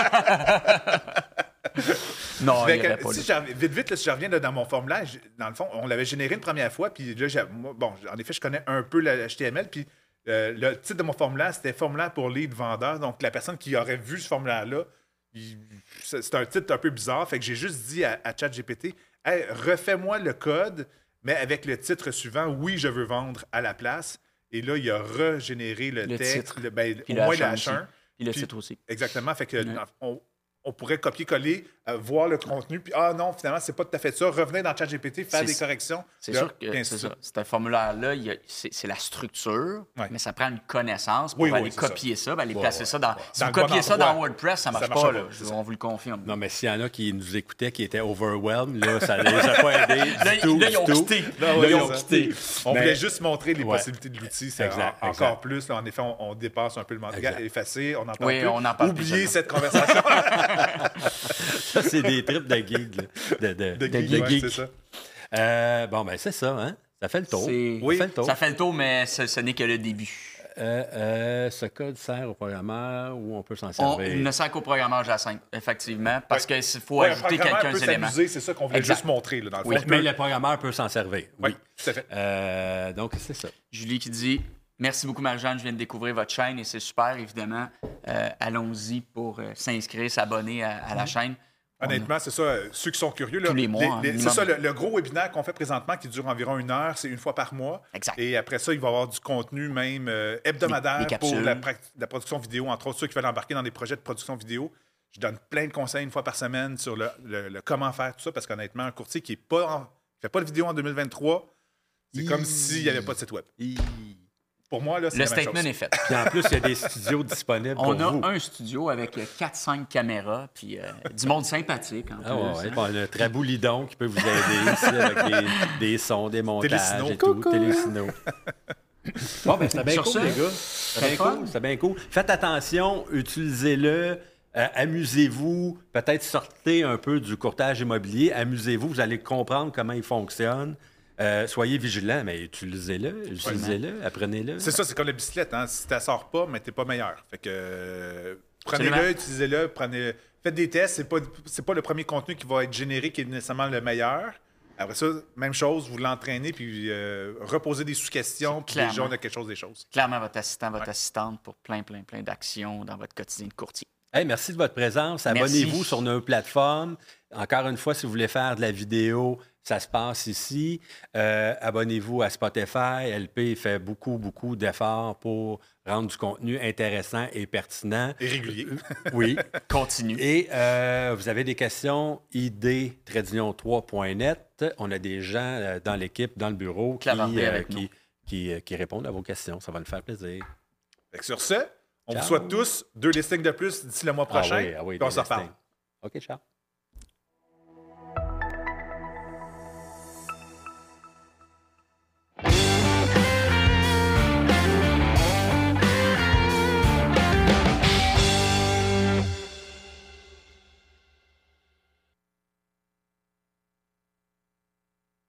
Non, Fait il y que, aurait pas si de- je reviens- vite, vite, là, si je reviens là, dans mon formulaire, j'ai- dans le fond, on l'avait généré une première fois, puis là, j'ai- moi, bon, en effet, je connais un peu le H T M L, puis euh, le titre de mon formulaire, c'était formulaire pour lead vendeur. Donc, la personne qui aurait vu ce formulaire-là, il- c'est c'est un titre un peu bizarre. Fait que j'ai juste dit à, à ChatGPT, hey, refais-moi le code, mais avec le titre suivant, oui, je veux vendre à la place. Et là, il a régénéré le, Le texte, titre. le- ben, Puis au le moins H le un H un. aussi. Puis le Puis- titre aussi. Exactement. Fait que Ouais. dans- on, on pourrait copier-coller, euh, voir le contenu, puis ah non, finalement, c'est pas tout à fait ça. Revenez dans ChatGPT, faire C'est- des corrections. C'est Là, sûr puis que ainsi c'est de ça. suite. C'est un formulaire-là, il y a- c'est c'est la structure, Ouais. mais ça prend une connaissance pour Oui, oui, aller c'est copier ça, ben, aller Ouais, placer ouais, ça dans. ouais. Si Dans vous le bon copiez ça endroit, dans WordPress, ça marche marche pas, pas, là. c'est Je- ça. on vous le confirme. Non, mais s'il y en a qui nous écoutaient, qui étaient overwhelmed, là, ça les a pas aidés du Là, tout. là, ils ont du tout. quitté. Non, Là, ouais, ils ont c'est ça. quitté. On Mais- voulait juste montrer les Ouais. possibilités de l'outil. C'est Exact, en- exact. encore plus. Là, en effet, on, on dépasse un peu le mandat. Exact. Effacé, on entend Oui, plus. on en parle plus, Oubliez celle-là. cette conversation Ça, c'est des trips de geek. là. De, de, de de geek. ouais, geek. c'est ça. Euh, bon, ben c'est ça, hein? Ça fait le tour. C'est- Ça fait le tour. Ça fait le tour, mais ce, ce n'est que le début. Euh, euh, ce code sert au programmeur ou on peut s'en On servir? il ne sert qu'au programmeur Jacinthe, effectivement, parce Ouais. qu'il faut Ouais, un ajouter programmeur quelques peut éléments. s'amuser, c'est ça qu'on voulait Exact. juste montrer. Là, dans le Oui. fond. Mais le programmeur peut s'en servir. Oui, Oui. tout à fait. Euh, donc, c'est ça. Julie qui dit Merci beaucoup, Marie-Jeanne. Je viens de découvrir votre chaîne et c'est super, évidemment. Euh, allons-y pour euh, s'inscrire, s'abonner à, à la chaîne. Honnêtement, c'est ça. Ceux qui sont curieux, là, Tous les mois, les- les- hein, c'est ça, le, minimum. le gros webinaire qu'on fait présentement, qui dure environ une heure, c'est une fois par mois. Exact. Et après ça, il va y avoir du contenu même euh, hebdomadaire Des- des pour capsules. la, prac- la production vidéo, entre autres ceux qui veulent embarquer dans des projets de production vidéo. Je donne plein de conseils une fois par semaine sur le, le- le comment faire tout ça, parce qu'honnêtement, un courtier qui ne fait pas de vidéo en deux mille vingt-trois, c'est Hi. comme s'il n'y avait pas de site web. Pour moi, là, c'est Le la même statement chose. est fait. Puis en plus, il y a des studios disponibles pour On a vous. un studio avec quatre cinq caméras, puis euh, du monde sympathique, en plus. Ah ouais, ouais. hein. Bon, le Trabou Lidon qui peut vous aider ici avec des, des sons, des montages Télésino. et tout. Coucou. Télésino. Bon, ben c'était bien Sur cool, ce, les gars. C'était bien fun. cool, c'était bien cool. Faites attention, utilisez-le, euh, amusez-vous, peut-être sortez un peu du courtage immobilier, amusez-vous, vous allez comprendre comment il fonctionne. Euh, soyez vigilants, mais utilisez-le, utilisez-le, apprenez-le. C'est ça, c'est comme la bicyclette. Hein? Si tu ne sors pas, mais tu n'es pas meilleur. Fait que euh, prenez-le, Absolument. utilisez-le, prenez, faites des tests. Ce n'est pas, c'est pas le premier contenu qui va être généré qui est nécessairement le meilleur. Après ça, même chose, vous l'entraînez, puis euh, reposez des sous-questions, puis Clairement. déjà, on a quelque chose des choses. Clairement, votre assistant, votre Ouais. assistante pour plein, plein, plein d'actions dans votre quotidien de courtier. Hey, merci de votre présence. Merci. Abonnez-vous sur nos plateformes. Encore une fois, si vous voulez faire de la vidéo, ça se passe ici. Euh, abonnez-vous à Spotify. L P fait beaucoup, beaucoup d'efforts pour rendre du contenu intéressant et pertinent. Et régulier. Oui. Continue. Et euh, vous avez des questions, i d trait d'union trois point net. On a des gens euh, dans l'équipe, dans le bureau, qui, Clavardé euh, avec qui, nous. qui, euh, qui répondent à vos questions. Ça va nous faire plaisir. Fait que sur ce, on Ciao. vous souhaite tous deux listings de plus d'ici le mois prochain. Ah oui, ah oui, puis on des se reparle. listings. OK, ciao.